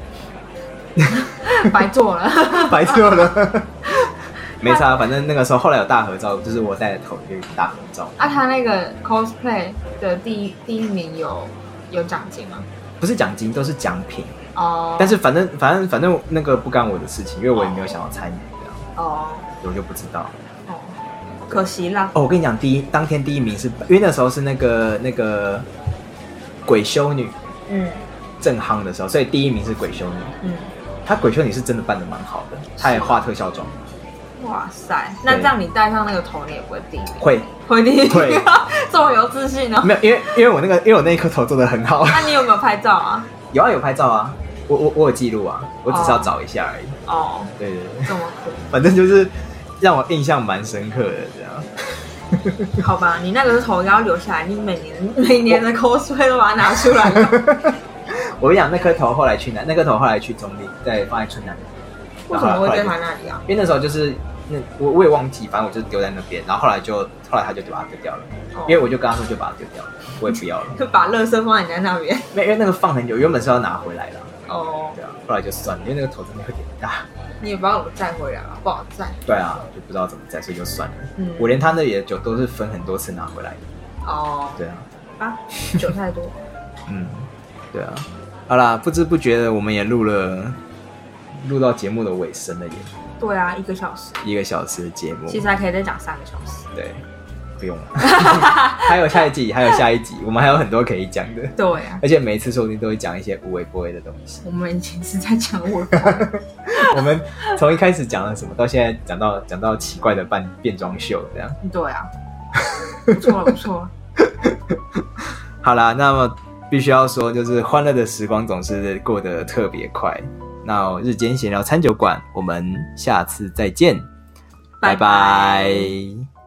白做了， 白做了，没差。反正那个时候后来有大合照，就是我戴着头有大合照。 啊，他那个 cosplay 的第一第一名有有奖金吗？ 不是奖金，都是奖品哦。但是反正反正反正那个不干我的事情，因为我也没有想要参与这样。哦，我就不知道。 哦，可惜啦。 哦，我跟你讲，第一当天第一名是因为那时候是那个那个鬼修女，嗯，正夯的时候，所以第一名是鬼修女，嗯。他鬼修女是真的办得蛮好的，他也画特效妆。 哇塞，那这样你戴上那个头，你也不会第一名？ 会， 会第一名？ 会， 这么有自信呢？ 没有，因为因为我那个因为我那一颗头做得很好。 那你有没有拍照啊？ 有啊，有拍照啊，我我我有记录啊，我只是要找一下而已。哦，对对对， 这么酷， 反正就是让我印象蛮深刻的这样。 好吧，你那个头要留下来，你每年每年的 cosplay 都把它拿出来了。 我跟你讲，那颗头后来去哪？那颗头后来去中立，再放在春南。 为什么会在他那里啊？ 因为那时候就是那我我也忘记，反正我就丢在那边，然后后来就后来他就把它丢掉了，哦、因为我就跟他说就把它丢掉了，我也不要了， 就把垃圾放在你在那边。 没，因为那个放很久，原本是要拿回来的。哦，对啊，后来就算了，因为那个头真的有点大。 你也不知道怎么载回来了，不好载。 对啊，就不知道怎么载，所以就算了。嗯，我连他那里的酒都是分很多次拿回来的。哦，对啊。 啊，酒太多。 嗯，对啊。好啦，不知不觉的我们也录了，录到节目的尾声了耶。 对啊，一个小时， 一个小时的节目， 其实还可以再讲三个小时。 对，不用了，还有下一集，还有下一集，我们还有很多可以讲的。 对啊， 而且每一次说不定都会讲一些无微不微的东西。 我们以前是在讲我， 我们从一开始讲了什么，到现在讲到讲到奇怪的扮变装秀这样。 对啊，不错了，不错了。 好啦，那么。必须要说，就是欢乐的时光总是过得特别快。那日间闲聊餐酒馆，我们下次再见，拜拜。拜拜。